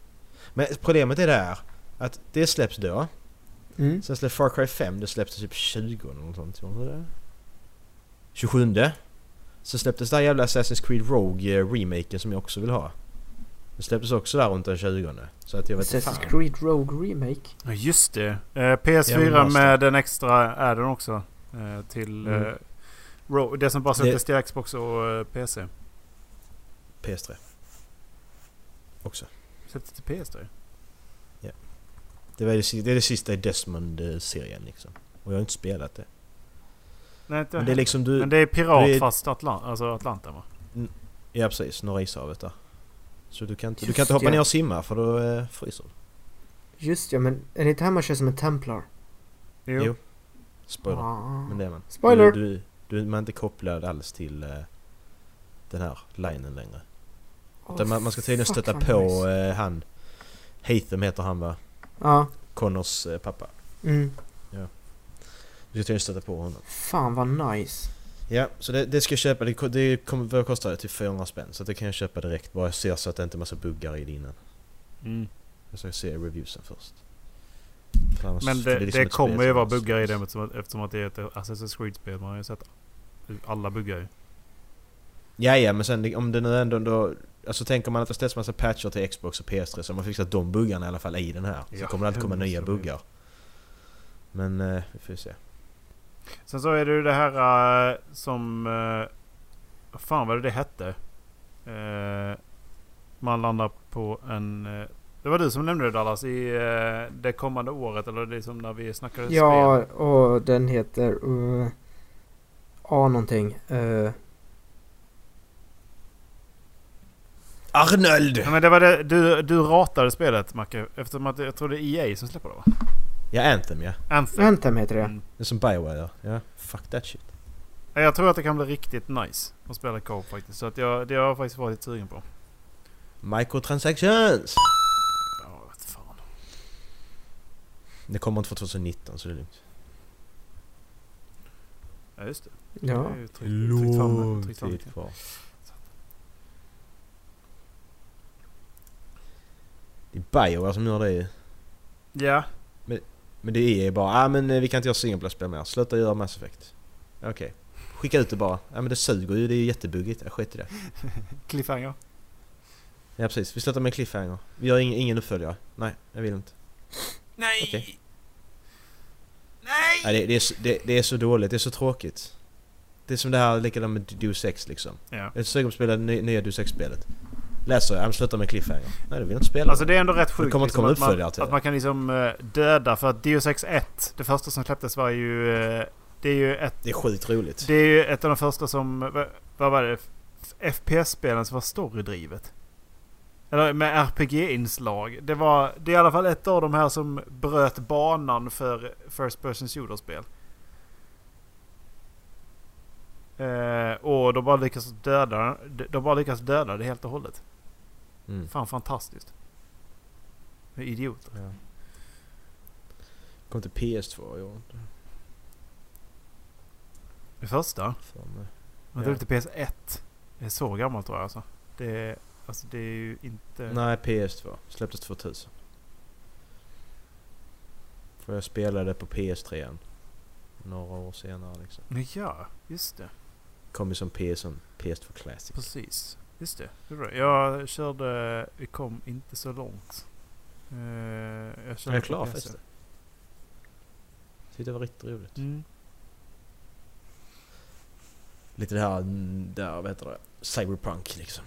Men problemet är där att det släpps då. Mm. Sen släpps Far Cry fem, det släpptes typ tjugo eller något sånt. tjugosju. Så släpptes där jävla Assassin's Creed Rogue remaken som jag också vill ha. Det släpptes också där runt den tjugonde. Så att jag vet Assassin's fan. Creed Rogue remake. Ja, just det. Eh, P S fyra med en extra add-on också. Eh, till mm. eh, Ro- det som bara släpptes till Xbox och eh, P C. P S tre. Också. Släpptes till P S tre? Ja. Det, var det, det är det sista i Desmond-serien liksom. Och jag har inte spelat det. Nej, inte men det är liksom du, men det är pirat är, fast Atlant, alltså Atlanten va? Ja precis, norra ishavet där. Så du kan inte, du kan inte hoppa ja. ner och simma för då eh, fryser du. Just ja, men är det inte här man kör som en templar? Jo. jo. Spoiler. Ah. Men det är man. Spoiler! Du, du, du är man inte kopplad alls till eh, den här linen längre. Oh, Utan man, man ska tydligen stötta på nice. eh, han. Hatham heter han va? Ja. Connors eh, pappa. Mm. Ja. Du ska tydligen stötta på honom. Fan vad nice. Ja, så det, det ska jag köpa. Det, det kommer vad kostar det? Typ fyrahundra spänn. Så det kan jag köpa direkt. Bara jag ser så att det inte är massa buggar i det innan. Mm. Jag ska se reviewsen först. Men det, det, det kommer ju vara buggar i det eftersom, eftersom att det är ett Assassin's Creed-spel. Man har ju sett alla buggar ju. Ja, ja, men sen om det nu ändå då, alltså tänker man att det ställs massa patcher till Xbox och P S tre så har man fixat de buggarna i alla fall i den här. Så ja, kommer det alltid komma nya buggar. Men eh, vi får se. Sen så är det ju det här uh, som uh, vad fan var det det hette? Uh, man landar på en uh, det var du som nämnde det Dallas i uh, det kommande året eller det som när vi snackade ja, spel. Ja, och den heter uh, A någonting. Uh. Arnold! Ja, men det var det du du ratade spelet Macke eftersom att jag tror det är E A som släpper det va? Ja, Anthem, ja. Anthem, Anthem heter det. Mm. Det är som BioWare, ja. ja. Fuck that shit. Jag tror att det kan bli riktigt nice att spela co-op faktiskt. Så att jag, det har jag faktiskt varit lite sugen på. Microtransactions! Ja, vet fan. Det kommer inte för tjugonitton så det är lugnt. Ja, just det. Ja. Lång tid kvar. Det är BioWare som gör det. Ja. Men, men det är bara, ah, men vi kan inte göra singleplayer-spel mer. Sluta göra Mass Effect. Okej. Okay. Skicka ut det bara. Ja, men det suger ju, det är jättebuggigt. Jag skiter i det. Cliffhanger. Ja, precis. Vi slutar med Cliffhanger. Vi gör ingen, ingen uppföljare. Nej, jag vill inte. Nej! Okay. Nej! Nej det, det, är, det, det är så dåligt. Det är så tråkigt. Det är som det här likadant med Deus Ex liksom. Ja. Jag är sugen på att spela nya, nya Deus Ex-spelet. Läser jag, jag slutar med Cliffhanger. Nej, det vill inte spela. Alltså det är ändå rätt sjukt kommer liksom, att, att, man, att man kan liksom döda för att Deus Ex ett, det första som släpptes var ju det är ju ett det är sjukt roligt. Det är ju ett av de första som vad var det F P S-spelen som var storydrivet. Eller med R P G-inslag. Det var det är i alla fall ett av de här som bröt banan för first person shooter-spel. Eh, och de bara lyckas döda de bara lyckas döda det helt och hållet. Mm. Fan fantastiskt. Det är idioter. Ja. Kom till P S två i år. Det första? Fan, men det är inte P S ett. Det är så gammalt tror jag alltså. Det är, alltså det är ju inte... Nej, P S två. Släpptes tvåtusen. För jag spelade på P S tre några år senare liksom. Ja, just det. Kom ju som P S, som P S två Classic. Precis. Just det. Jag körde... Vi kom inte så långt. Uh, jag körde jag är klar först. Jag tyckte det var riktigt roligt. Mm. Lite det här, där, vad heter det? Cyberpunk liksom.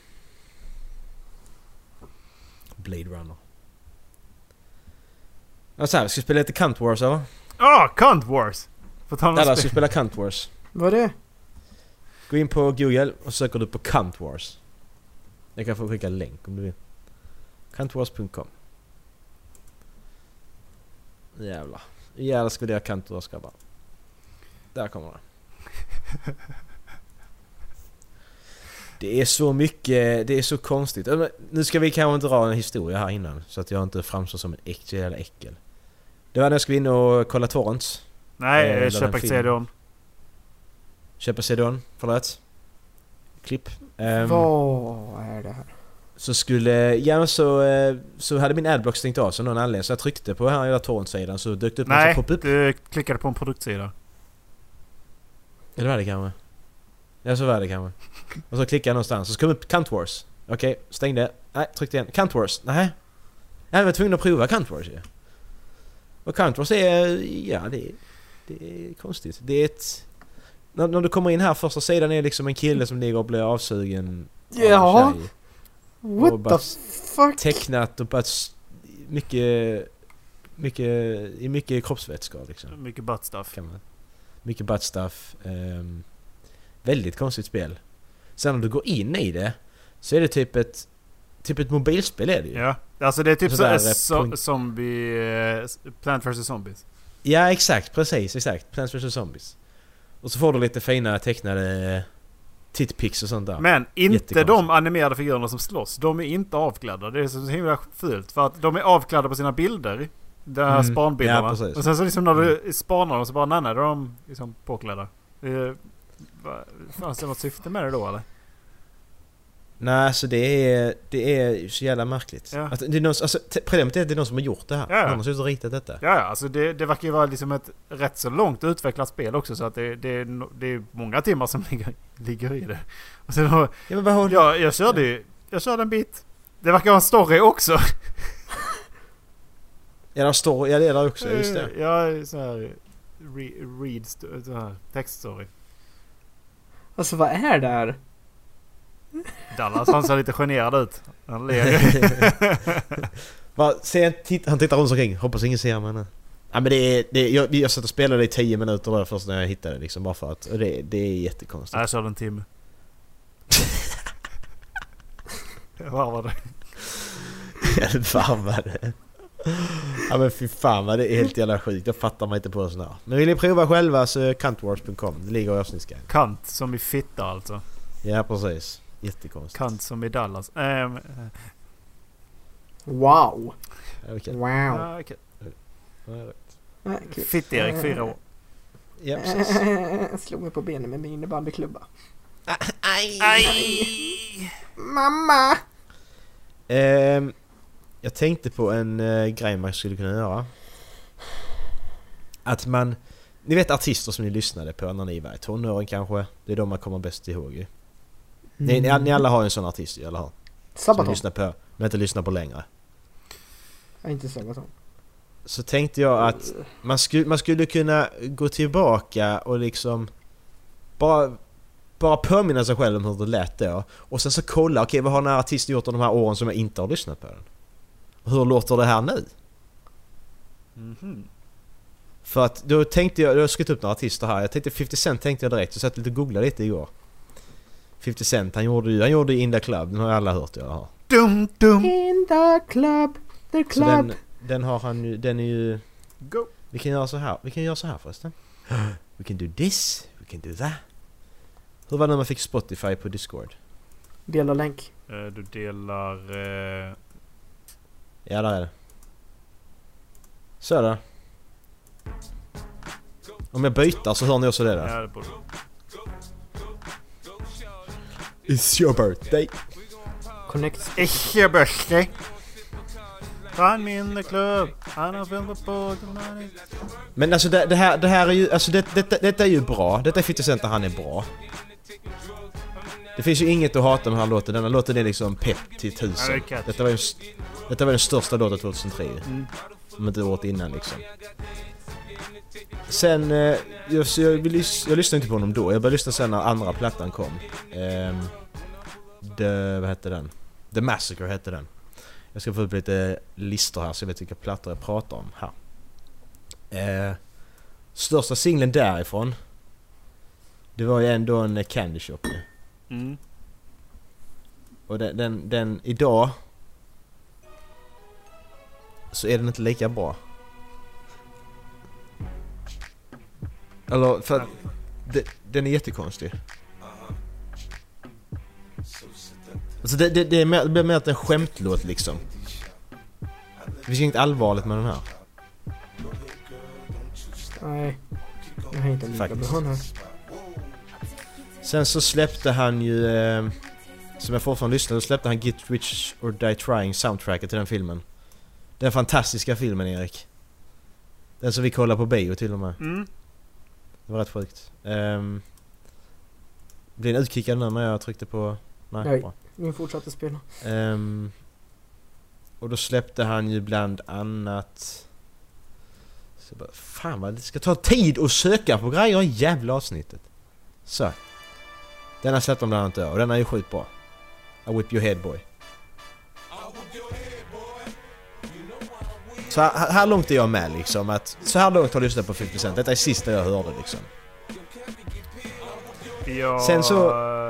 Blade Runner. Ja, så här, vi ska spela lite Cunt Wars, eller? Ah, oh, Cunt Wars! Alla ska spela Cunt Wars. Vad är det? Gå in på Google och söker du på Cunt Wars. Jag kan få skicka en länk om du vill. cunt wars punkt com. Jävlar. Jävlar ska vi göra Cunt Wars, grabbar. Där kommer det. Det är så mycket, det är så konstigt. Nu ska vi kanske dra en historia här innan så att jag inte framstår som en äckel eller äckel. Det var när jag skulle in och kolla torrents. Nej, eh, köpa C D-on. Köpa C D-on, förlåt. Klipp. Um, Vad är det här? så skulle, ja så, eh, så hade min adblock stängt av så någon anledning. Så jag tryckte på här hela torrent-sidan så dök det upp Nej, en pop-up. du klickade på en produktsida. Eller var det kanske? Ja, så var det kanske. Och så klickade jag någonstans. Så så kom upp Cunt Wars. Okej, okay, stängde. Nej, tryckte igen. Cunt Wars. Nej. Jag var tvungen att prova Cunt Wars. Ja. Och Cunt Wars är... Ja, det är, det är konstigt. Det är ett... När, när du kommer in här, första sidan är liksom en kille som ligger och blir avsugen. Ja. Av en tjej. What och the fuck? Tecknat och bara mycket... Mycket... I mycket kroppsvätskor liksom. Mycket butt stuff. Kan man. Mycket butt stuff. Um, väldigt konstigt spel. Sen om du går in i det så är det typ ett typ ett mobilspel är det ju. Ja, alltså det är typ så, där, så, point... zombie Plant versus. Zombies. Ja, exakt, precis, exakt. Plants versus. Zombies. Och så får du lite fina tecknade titpics och sånt där. Men inte de animerade figurerna som slåss. De är inte avklädda. Det är så himla fult för att de är avklädda på sina bilder. De här mm. spanbilderna. Ja, och sen så liksom när du spanar dem så bara nej, nej, då är de liksom påklädda. Det, fanns det något syfte med det då eller? Nej, så det är det är så jävla märkligt. Ja. Att det är någon, alltså, problemet är att det är någon som har gjort det här. Ja. Någon har suttit och ritat detta. Ja, ja, alltså det, det verkar ju vara liksom ett rätt så långt utvecklat spel också så att det, det, det är många timmar som ligger, ligger i det. Och sen då, ja, men vad har du? Jag, jag körde ju, jag körde en bit. Det verkar vara en story också. Ja, det story, ja det är där också, just det. Ja, så här re, read så här textstory. Alltså vad är det här? Dallas han ser lite generad ut. Han ler. Va, se, titt, han tittar runt omkring. Hoppas ingen ser mig nu. Ja, men det är, det är, jag, jag satt och spelade i tio minuter där först när jag hittade det liksom, bara för att och det, det är jättekonstigt. Jag körde en timme. Jag varvade. Jag varvade. Ja men fy fan vad det är helt jävla sjukt. Jag fattar mig inte på det sån här. Men vill ni prova själva så kantwars punkt com. Det ligger i avsnittsguiden. Kant som i fitta alltså. Ja precis. Jättekonstigt. Kant som i Dallas. Ähm, wow. Okay. Wow. Ja, okay. Okay. Fitt Erik, fyra år. Ja precis. Jag slog mig på benen med min innebandyklubba. Aj. Aj. Mamma. Ehm Jag tänkte på en uh, grej man skulle kunna göra. Att man... Ni vet artister som ni lyssnade på när ni var i tonåren kanske. Det är de man kommer bäst ihåg. Mm. Ni, ni, ni alla har en sån artist, eller hur? Sabaton. Som lyssnar på, men inte lyssnar på längre. Jag är inte Sabaton. Så tänkte jag att man skulle, man skulle kunna gå tillbaka och liksom... Bara... Bara påminna sig själv om hur det lät då. Och sen så kolla, okej, okay, vad har den här artisten gjort de här åren som jag inte har lyssnat på den? Hur låter det här nu? Mm-hmm. För att då tänkte jag, jag har skrivit upp några artister här. Jag tänkte fifty Cent tänkte jag direkt. Så satt lite och googlade lite igår. fifty Cent, han gjorde ju han gjorde In The Club. Den har alla hört jag har. Dum dum. In the club, the club. Så den, den har han ju, den är ju... Go. Vi kan göra så här. Vi kan göra så här förresten. We can do this. We can do that. Hur var det när man fick Spotify på Discord? Dela länk. Uh, du delar... Uh... Ja, där är det. Så är det. Om jag byter så hör ni också det där. Ja, det borde. It's your birthday. Connect. It's your birthday. Find me in the club. I don't feel the money. Men alltså det, det här det här är ju alltså det, det, detta är ju bra. Detta är fifty Cent där han är bra. Det finns ju inget att hata med den här låten. Den här låten är liksom pepp till tusen. Ja, detta var ju detta var den största låten tjugohundratre. Mm. Om inte året innan liksom. Sen eh, jag, jag, vill, jag lyssnade inte på honom då. Jag började lyssna sen när andra plattan kom. Eh, The, vad hette den? The Massacre hette den. Jag ska få upp lite listor här så jag vet vilka plattor jag pratar om här. Eh, största singeln därifrån, det var ju ändå en Candy Shop. Mm. Och den, den, den idag så är den inte lika bra. Eller för att det, den är jättekonstig. Alltså det, det, det är mer, det blir mer att en skämtlåt liksom. Det finns inget allvarligt med den här. Nej, jag har inte lika bra här. Sen så släppte han ju eh, som jag fortfarande lyssnar, då släppte han Get Rich or Die Trying soundtracket till den filmen. Den fantastiska filmen, Erik. Den som vi kollar på bio till och med. Mm. Det var rätt sjukt. Um, blev en utkickad nu när jag tryckte på... Nej, Nej. bra. Vi fortsatte spela. Um, och då släppte han ju bland annat... Så bara, fan vad det ska ta tid att söka på grejer i jävla avsnittet. Så. Den har släppt om bland annat och den är ju sjukt bra. I whip your head boy. Så här, här långt är jag med liksom att så här långt har jag lyssnat på femtio Cent. Detta är sista jag hörde liksom. Jag... Sen så...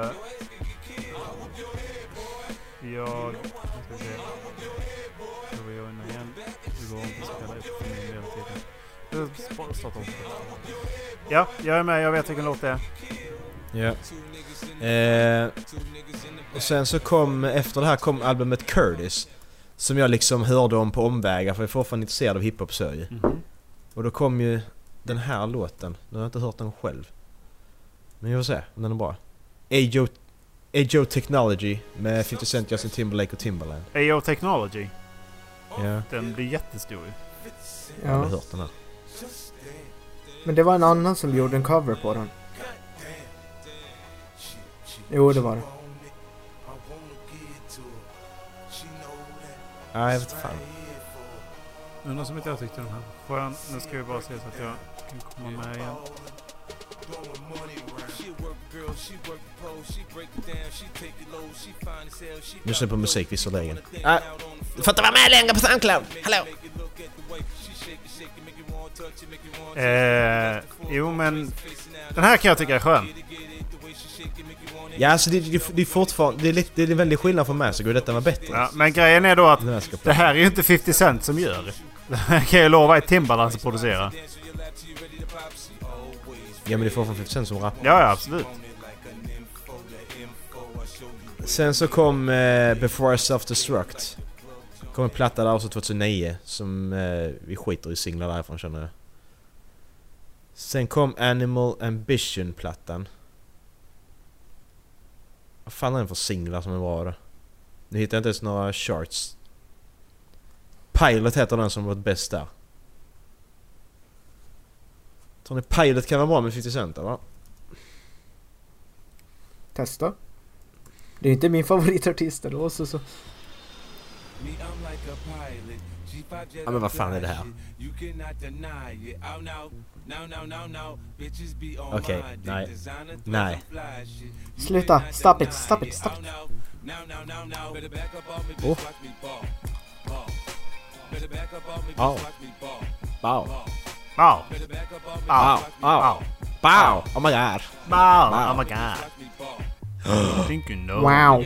Jag... Jag ska se. Då var jag inne igen. Vi går inte spela upp för min del tiden. Nu startar om. Ja, jag är med. Jag vet vilken låt det är. Ja. Eh, och sen så kom, efter det här kom albumet Curtis. Som jag liksom hörde om på omvägar, för jag är fortfarande intresserad av hiphop-sörj. Mm-hmm. Och då kom ju den här låten. Nu har jag inte hört den själv. Men jag får se om den är bra. Ajo, Ajo Technology med femtio Cent, Justin Timberlake och Timbaland. Ajo Technology? Ja. Den blir jättestor. Jag har hört den här. Men det var en annan som gjorde en cover på den. Jo, det var det. Ja, jag vet fan. Undrar som inte jag tyckte den här. Skön, nu ska vi bara se så att jag kan komma med igen. Nu ser på musik visserligen. Ah, du får inte vara med längre på SoundCloud. Hallå! Eh, jo, men den här kan jag tycka är skön. Ja, alltså det, det, det är fortfarande det är, lite, det är en väldigt skillnad för mig så går detta var bättre. Ja, men grejen är då att det här är ju inte femtio Cent som gör det. Det här kan jag lova är Timbaland som producerar. Ja, men det är fortfarande femtio Cent som rappar. Ja, ja, absolut. Sen så kom eh, Before I Self-Destruct. Kom en platta där också tjugohundranio som eh, vi skiter i singlar därifrån, känner jag. Sen kom Animal Ambition-plattan. Vad fan är den för singlar som är bra då? Nu hittar jag inte ens några charts. Pilot heter den som varit bäst där. Tror ni Pilot kan vara bra med femtio Cent, va? Testa. Det är inte min favoritartist då, så så. Ja, men vad fan är det här? Okej, okay, nej. Nej. Sluta, stop it, stop it, stop it. Oh. Wow. Wow. Wow. Wow. Wow. Wow. Oh my god. Wow. Oh my god. I think you know. Wow.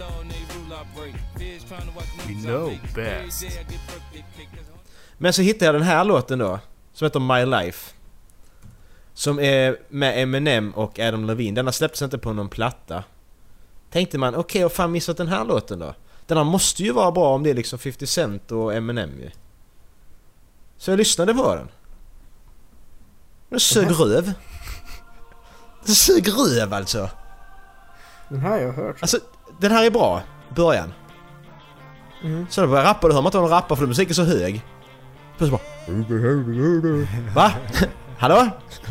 You know best. Men så hittade jag den här låten då, som heter My Life. Som är med Eminem och Adam Levine. Den har släppts inte på någon platta. Tänkte man, okej, okay, och fan missat den här låten då? Den här måste ju vara bra om det är liksom femtio Cent och Eminem ju. Så jag lyssnade på den. Den sög röv. Den sög röv alltså. Den här har jag hört. Alltså, den här är bra. Början. Mm. Så då börjar rappa, då hör man inte vad de rappar för musiken är så hög. Plötsligt bara... Va? Hallå?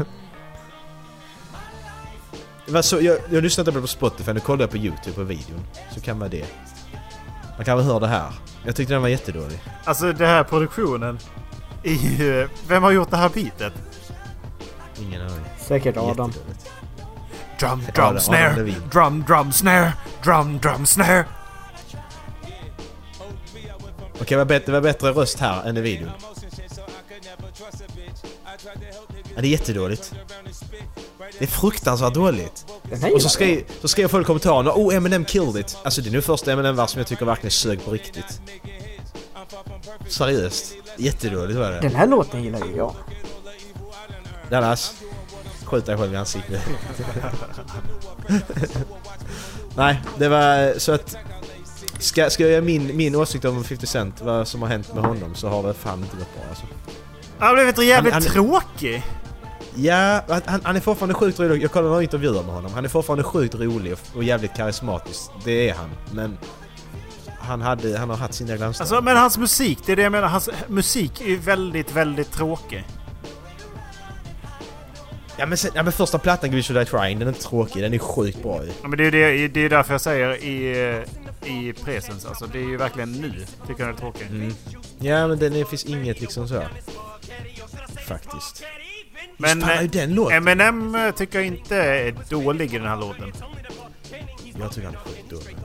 Så, jag, jag lyssnade inte på Spotify, nu kollade jag på YouTube på videon. Så kan man det. Man kan väl höra det här. Jag tyckte den var jättedålig. Alltså det här produktionen i, vem har gjort det här bitet? Ingen aning. Säkert Adam. Drum, drum, Adam, snare. Adam drum, drum, snare. Drum, drum, snare. Okej, det var bättre, det var bättre röst här än i videon. Ja, det är jättedåligt. Det är fruktansvärt dåligt. Och så skrev, så skrev folk i kommentarerna, oh, Eminem killed it. Alltså det är nu första Eminem-vers som jag tycker verkligen sög på riktigt. Seriöst. Jättedåligt var det. Den här låten gillar ju jag. Dallas, skjut dig själv i ansiktet. Nej, det var så att Ska, ska jag göra min, min åsikt om femtio Cent, vad som har hänt med honom, så har det fan inte gått bra alltså. Han har blivit jävligt han, han, tråkig. Ja, han, han är fortfarande sjukt rolig. Jag kollade några intervjuer med honom. Han är fortfarande sjukt rolig och, och jävligt karismatisk. Det är han. Men han, hade, han har haft sina glansdagar. Alltså, men hans musik, det är det jag menar. Hans musik är väldigt, väldigt tråkig. Ja men, sen, ja, men första plattan, Give You Die Trying, den är inte tråkig. Den är sjukt bra. Ja, men det är det, det är därför jag säger i, i presens. Alltså, det är ju verkligen nu. Tycker jag det är tråkig. Mm. Ja, men det finns inget liksom så. Faktiskt. Men fan, den låten. Eminem tycker jag inte är dålig i den här låten. Jag tycker han är sjukt dålig.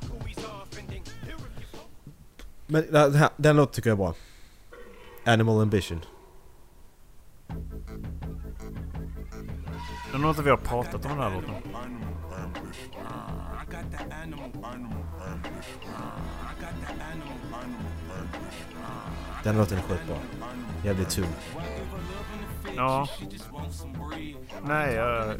Men den, här, den låten tycker jag är bra. Animal Ambition. Det är nog inte vi har pratat om den här låten. Den låten är sjukt bra. Jävligt tung. Ja. Nej, jag...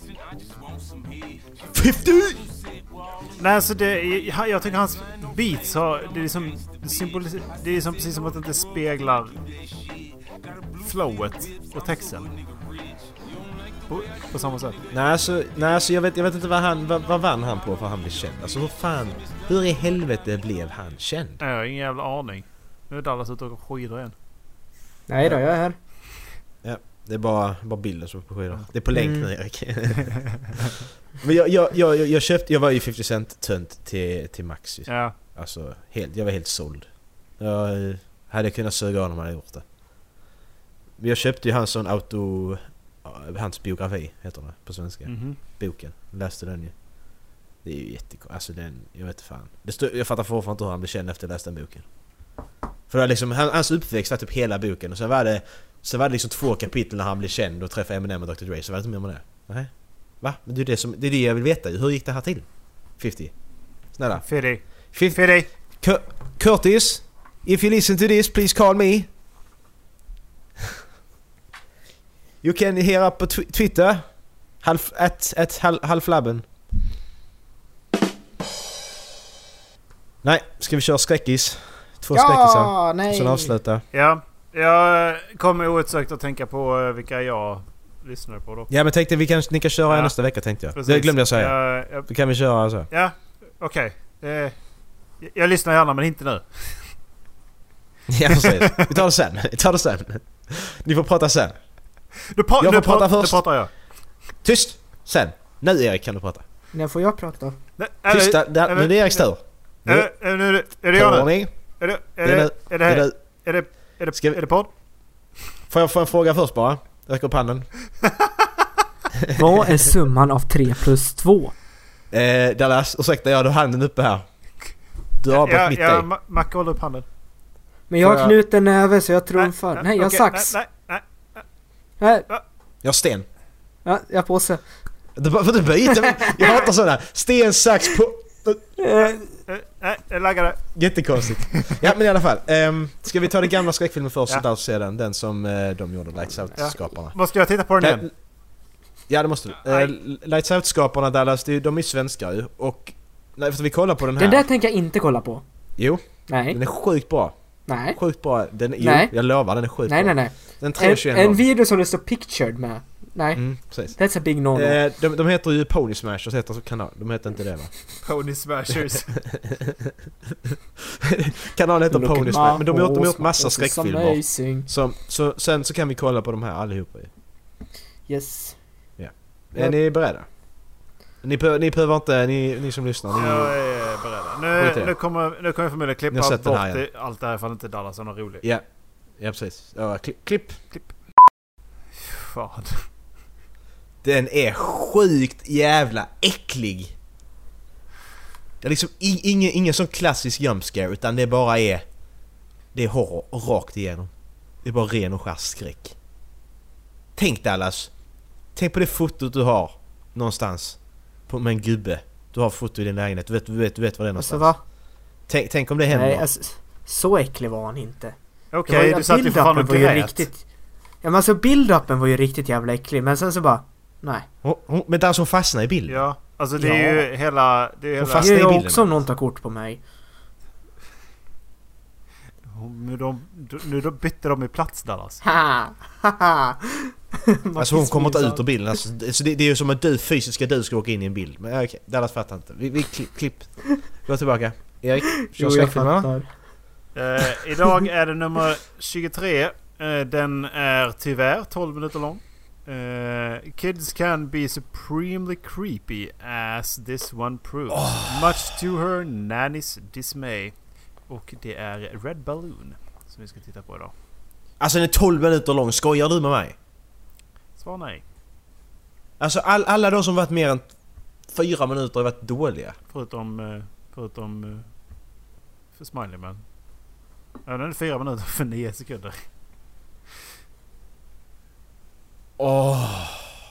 femtio! Nej, alltså det... Jag, jag tycker hans beats har... Det är liksom... Symbolis- det är liksom precis som att det inte speglar flowet och texten. På, på samma sätt. Nej, alltså, nej, alltså jag, vet, jag vet inte vad, han, vad, vad vann han på för han blev känd. Alltså hur fan... Hur i helvete blev han känd? Nej, jag har ingen jävla aning. Nu är Dallas ute och skidor igen. Nej då, jag är här. Ja, det är bara, bara bilden som är på skidor. Det är på länk Mm. nu, Erik. Men jag, jag, jag, jag köpte... Jag var ju femtio cent tönt till, till Maxi. Ja. Alltså, helt, jag var helt såld. Jag hade kunnat suga honom om jag hade gjort det. Men jag köpte ju hans sån auto... Hans biografi heter det på svenska. Mm-hmm. Boken. Läste den ju. Det är ju jättekul. Alltså den... Jag vet fan. Det stod, jag fattar fortfarande inte hur han blev känd efter att läsa den boken. För det var liksom... Hans uppväxt var typ hela boken. Och sen var det... Sen var det liksom två kapitel när han blev känd och träffade Eminem och doktor Dre. Så var det inte mer med det. Nej. Va? Men det är det, som, det är det jag vill veta. Hur gick det här till? femtio. Snälla. Fiddy. Fif- Fiddy. Cur- Curtis, if you listen to this, please call me. You can hear up på tw- Twitter. Half, at, at hal, halflabben. Nej, ska vi köra skräckis? Två Ja, skräckisar. nej. Sen avsluta. Ja. Jag kommer outsökt att tänka på vilka jag lyssnar på då. Ja, men tänkte vi kan, ni kan köra Ja. nästa vecka tänkte jag. Precis. Det glömde jag säga. Jag, jag, Då kan vi köra så. ja, okej. Okay. Eh, jag lyssnar gärna men inte nu. Ja, precis. Vi tar det sen. Vi tar det sen. Ni får prata sen. Du, pra- Jag du, får prata pra- först. du pratar jag. Tyst! Sen. Nu Erik kan du prata. När får jag prata? Nej, är Tyst, det- där, är nu är det Eriks tur. Är det, är det, är det, är det jag nu? Ordning. Är det, är Det är det, nu. är det Det är här? nu. Är det, är det, Ska vi- är det podd? Får jag få en fråga först bara? Jag räcker upp handen. Vad är summan av tre plus två? Eh, Dallas, ursäkta, jag har handen uppe här. Du har avbrott Ja, mitt ja, i. Ma- Macke håller upp handen. Men jag Får har jag- knuten näve så jag trumfar. Nej, jag har okej, sax. Nej, nej, Nej, Jag har sten. ja, jag har påse. Du får inte byta. Jag hatar sådana. Sten, sax, på... Eh, nej, nej, jag laggade. Jättekonstigt. Ja, men i alla fall. Um, ska vi ta den gamla skräckfilmen först Ja. och där se den? Den som uh, de gjorde, Lights Out-skaparna. Måste jag titta på den Nej, igen? Ja, det måste du. Uh, Lights Out-skaparna, Dallas, det är- de är svenskar ju. Och nej, efter vi kollar på den här... Den där tänker jag inte kolla på. Jo, Nej, den är sjukt bra. nej. Sjukt bra. Den, jo, Nej. jag lovar, den är sjukt Nej, bra. nej, nej. Den tre En, tjugoett en lång. video som det står pictured med. Nej, Mm, precis. that's a big no-no. Eh, de, de heter ju Pony Smashers, heter kanal. De heter inte det, va? Pony Smashers. Kanalen heter Look at Pony my Smashers. Men de har gjort, de har gjort horse, massa my horse is skräckfilmer. amazing. Så, så, sen så kan vi kolla på de här allihopa. Yes. Är ni beredda? Ni, behöver- ni behöver inte, ni, ni som lyssnar. Ni, Jag är beredd. Skit i Nu, det. nu kommer, nu kommer jag förmodligen Ni har klippa sett den bort här igen. det, allt det här ifall inte Dallas är något roligt. Ja, ja precis. Ja, klipp, klipp. Fan. Den är sjukt jävla äcklig. Det är liksom i- ingen, ingen sån klassisk jumpscare, utan det bara är... Det är horror rakt igenom. Det är bara ren och skär skräck. Tänk Dallas. Tänk på det fotot du har någonstans. På, med en gubbe. Du har foto i din lägenhet. Du vet, du vet, du vet vad det är Alltså någonstans. va? Tänk, tänk om det händer. Nej, alltså, så äcklig var han inte. Okej, Det var ju- du satt ju för fan build-upen och var ju grät. riktigt... Ja men alltså build-upen var ju riktigt jävla äcklig. Men sen så bara... Nej. Hon, hon, men där som fastnar i bilden. Ja, alltså det är Ja. ju hela... Det är Och hela fast- Det i är ju bilden. också om någon tar kort på mig. Nu, de, nu de bytte de i plats Dallas. Ha! Haha! Alltså hon kommer inte ut ur bilden. Alltså, det, det är ju som att du, fysiska du ska åka in i en bild. Men okej, okay, Dallas fattar inte. Vi, vi klipp, klipp. Gå tillbaka. Erik, kör skräckfilmerna. Uh, idag är det nummer tjugotre. Uh, den är tyvärr tolv minuter lång. Uh, kids can be supremely creepy as this one proves. Oh. Much to her nanny's dismay. Och det är Red Balloon som vi ska titta på idag. Alltså den är tolv minuter lång. Skojar du med mig? Svar nej. Alltså all, alla de som varit mer än fyra minuter har varit dåliga. Förutom Förutom för Smiley Man. Ja, den är fyra minuter för nio sekunder. Åh. Oh.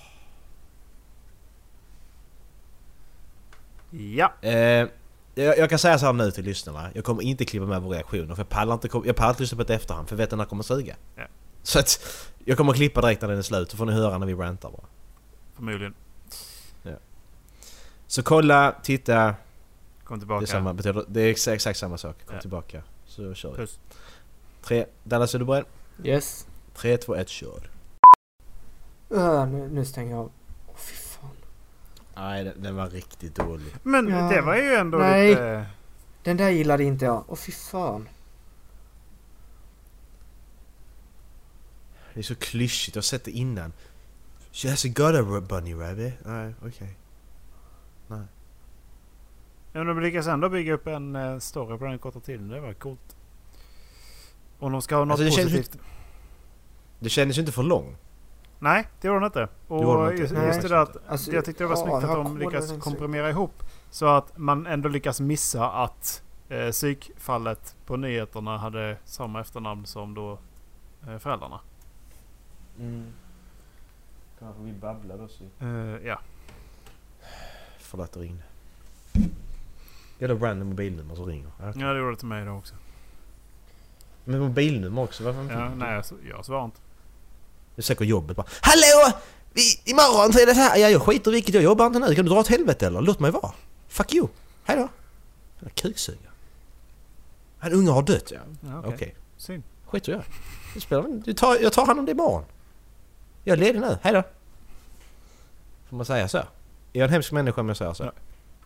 Ja. Eh, jag, jag kan säga så här nu till lyssnarna. Jag kommer inte klippa med våra reaktioner. För jag pallar inte, jag pallar inte lyssna på det efterhand. För jag vet att den kommer suga. Ja. Så att jag kommer klippa direkt när den är slut. Så får ni höra när vi rantar bara. Förmodligen. Ja. Så kolla, titta. Kom tillbaka. Det är, samma, betyder, det är exakt, exakt samma sak. Kom ja. tillbaka. Så kör vi. Plus. Tre. Dallas, är du beredd? Yes. Tre, två, ett, kör. Uh, nu, nu stänger jag av. Åh, fy fan. Nej, den, den var riktigt dålig. Men ja. Det var ju ändå Nej. lite... Den där gillade inte jag. Åh, fy fan. Det är så klyschigt. Jag har sett det innan. She hasn't got a bunny rabbit. Nej, okej. Okay. Nej. Men de lyckas ändå bygga upp en uh, story på den korta tiden. Det var coolt. Om de ska ha något alltså, det positivt. Känns, det kändes ju inte för lång. Nej, det gjorde den inte. Och det inte. just, Nej. just det där att alltså, jag tyckte det var ja, snyggt att de lyckas komprimera ihop. Så att man ändå lyckas missa att eh, psykfallet på nyheterna hade samma efternamn som då eh, föräldrarna. Mm. Kanske vi babblar då så. Uh, ja. Förlåt att ringa. Eller random mobilnummer så ringer. Okay. Ja, det gjorde det till mig då också. Men mobilnummer också? Varför inte? Ja, nej, jag, jag svarar inte. Det är säkert jobbet bara. Hallå! Vi, imorgon så är det så här. Ja, jag skiter vilket jag jobbar inte nu. Kan du dra åt helvete eller? Låt mig vara. Fuck you. Hej då. Jag kuksuger. Han unga har dött. Ja, ja okej. Okay. Okay. Synd. Skiter jag. Det spelar, du tar, jag tar hand om det imorgon. Jag är ledig nu. Hej då. Får man säga så? Är jag en hemsk människa om jag säger så? Ja.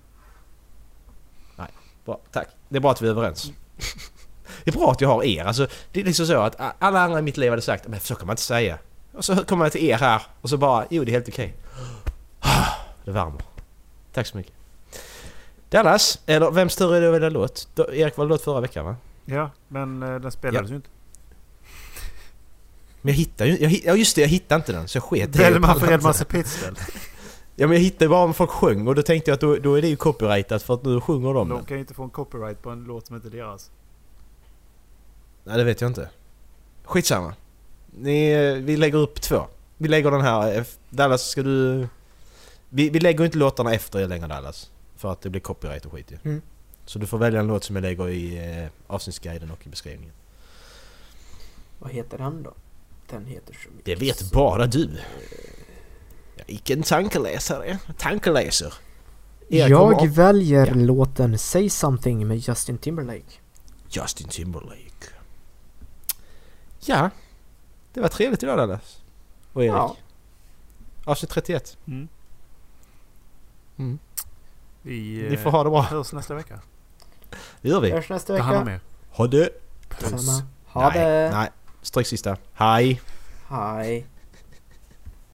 Nej, bra. Tack. Det är bra att vi är överens. Det är bra att jag har er. Alltså, det är liksom så att alla andra i mitt liv hade sagt men så kan man inte säga. Och så kommer jag till er här och så bara, jo det är helt okej. Det värmer. Tack så mycket. Dallas, eller vems tur är det att välja låt? Erik var låt förra veckan va? Ja, men uh, den spelades ja. ju inte. Men jag hittade ju, jag, ja just det, jag hittade inte den så jag sket. Bellman för en massa pitställ. Ja men jag hittade bara om folk sjöng och då tänkte jag att då, då är det ju copyrightat för att nu sjunger de. De kan ju inte få en copyright på en låt som inte är deras. Nej det vet jag inte. Skitsamma. Ni, vi lägger upp två. Vi lägger den här. Dallas ska du... Vi, vi lägger inte låtarna efter jag lägger Dallas. För att det blir copyright och skit ju. Mm. Så du får välja en låt som jag lägger i eh, avsnittsguiden och i beskrivningen. Vad heter den då? Den heter så mycket. Det vet bara du. Jag är inte en tankeläsare. Tankeläser. Jag, jag väljer ja. låten Say Something med Justin Timberlake. Justin Timberlake. Ja. Det var trevligt idag Dallas. Och Erik. Ja. Avsnitt trettioett. Mm. Mm. Vi, Ni får ha det bra. Hörs nästa vecka. Det gör vi. Hörs nästa vecka. Ta hand om er. Ha det. Puss. Ha nej, det. Nej, stryk sista. Hej. Hej.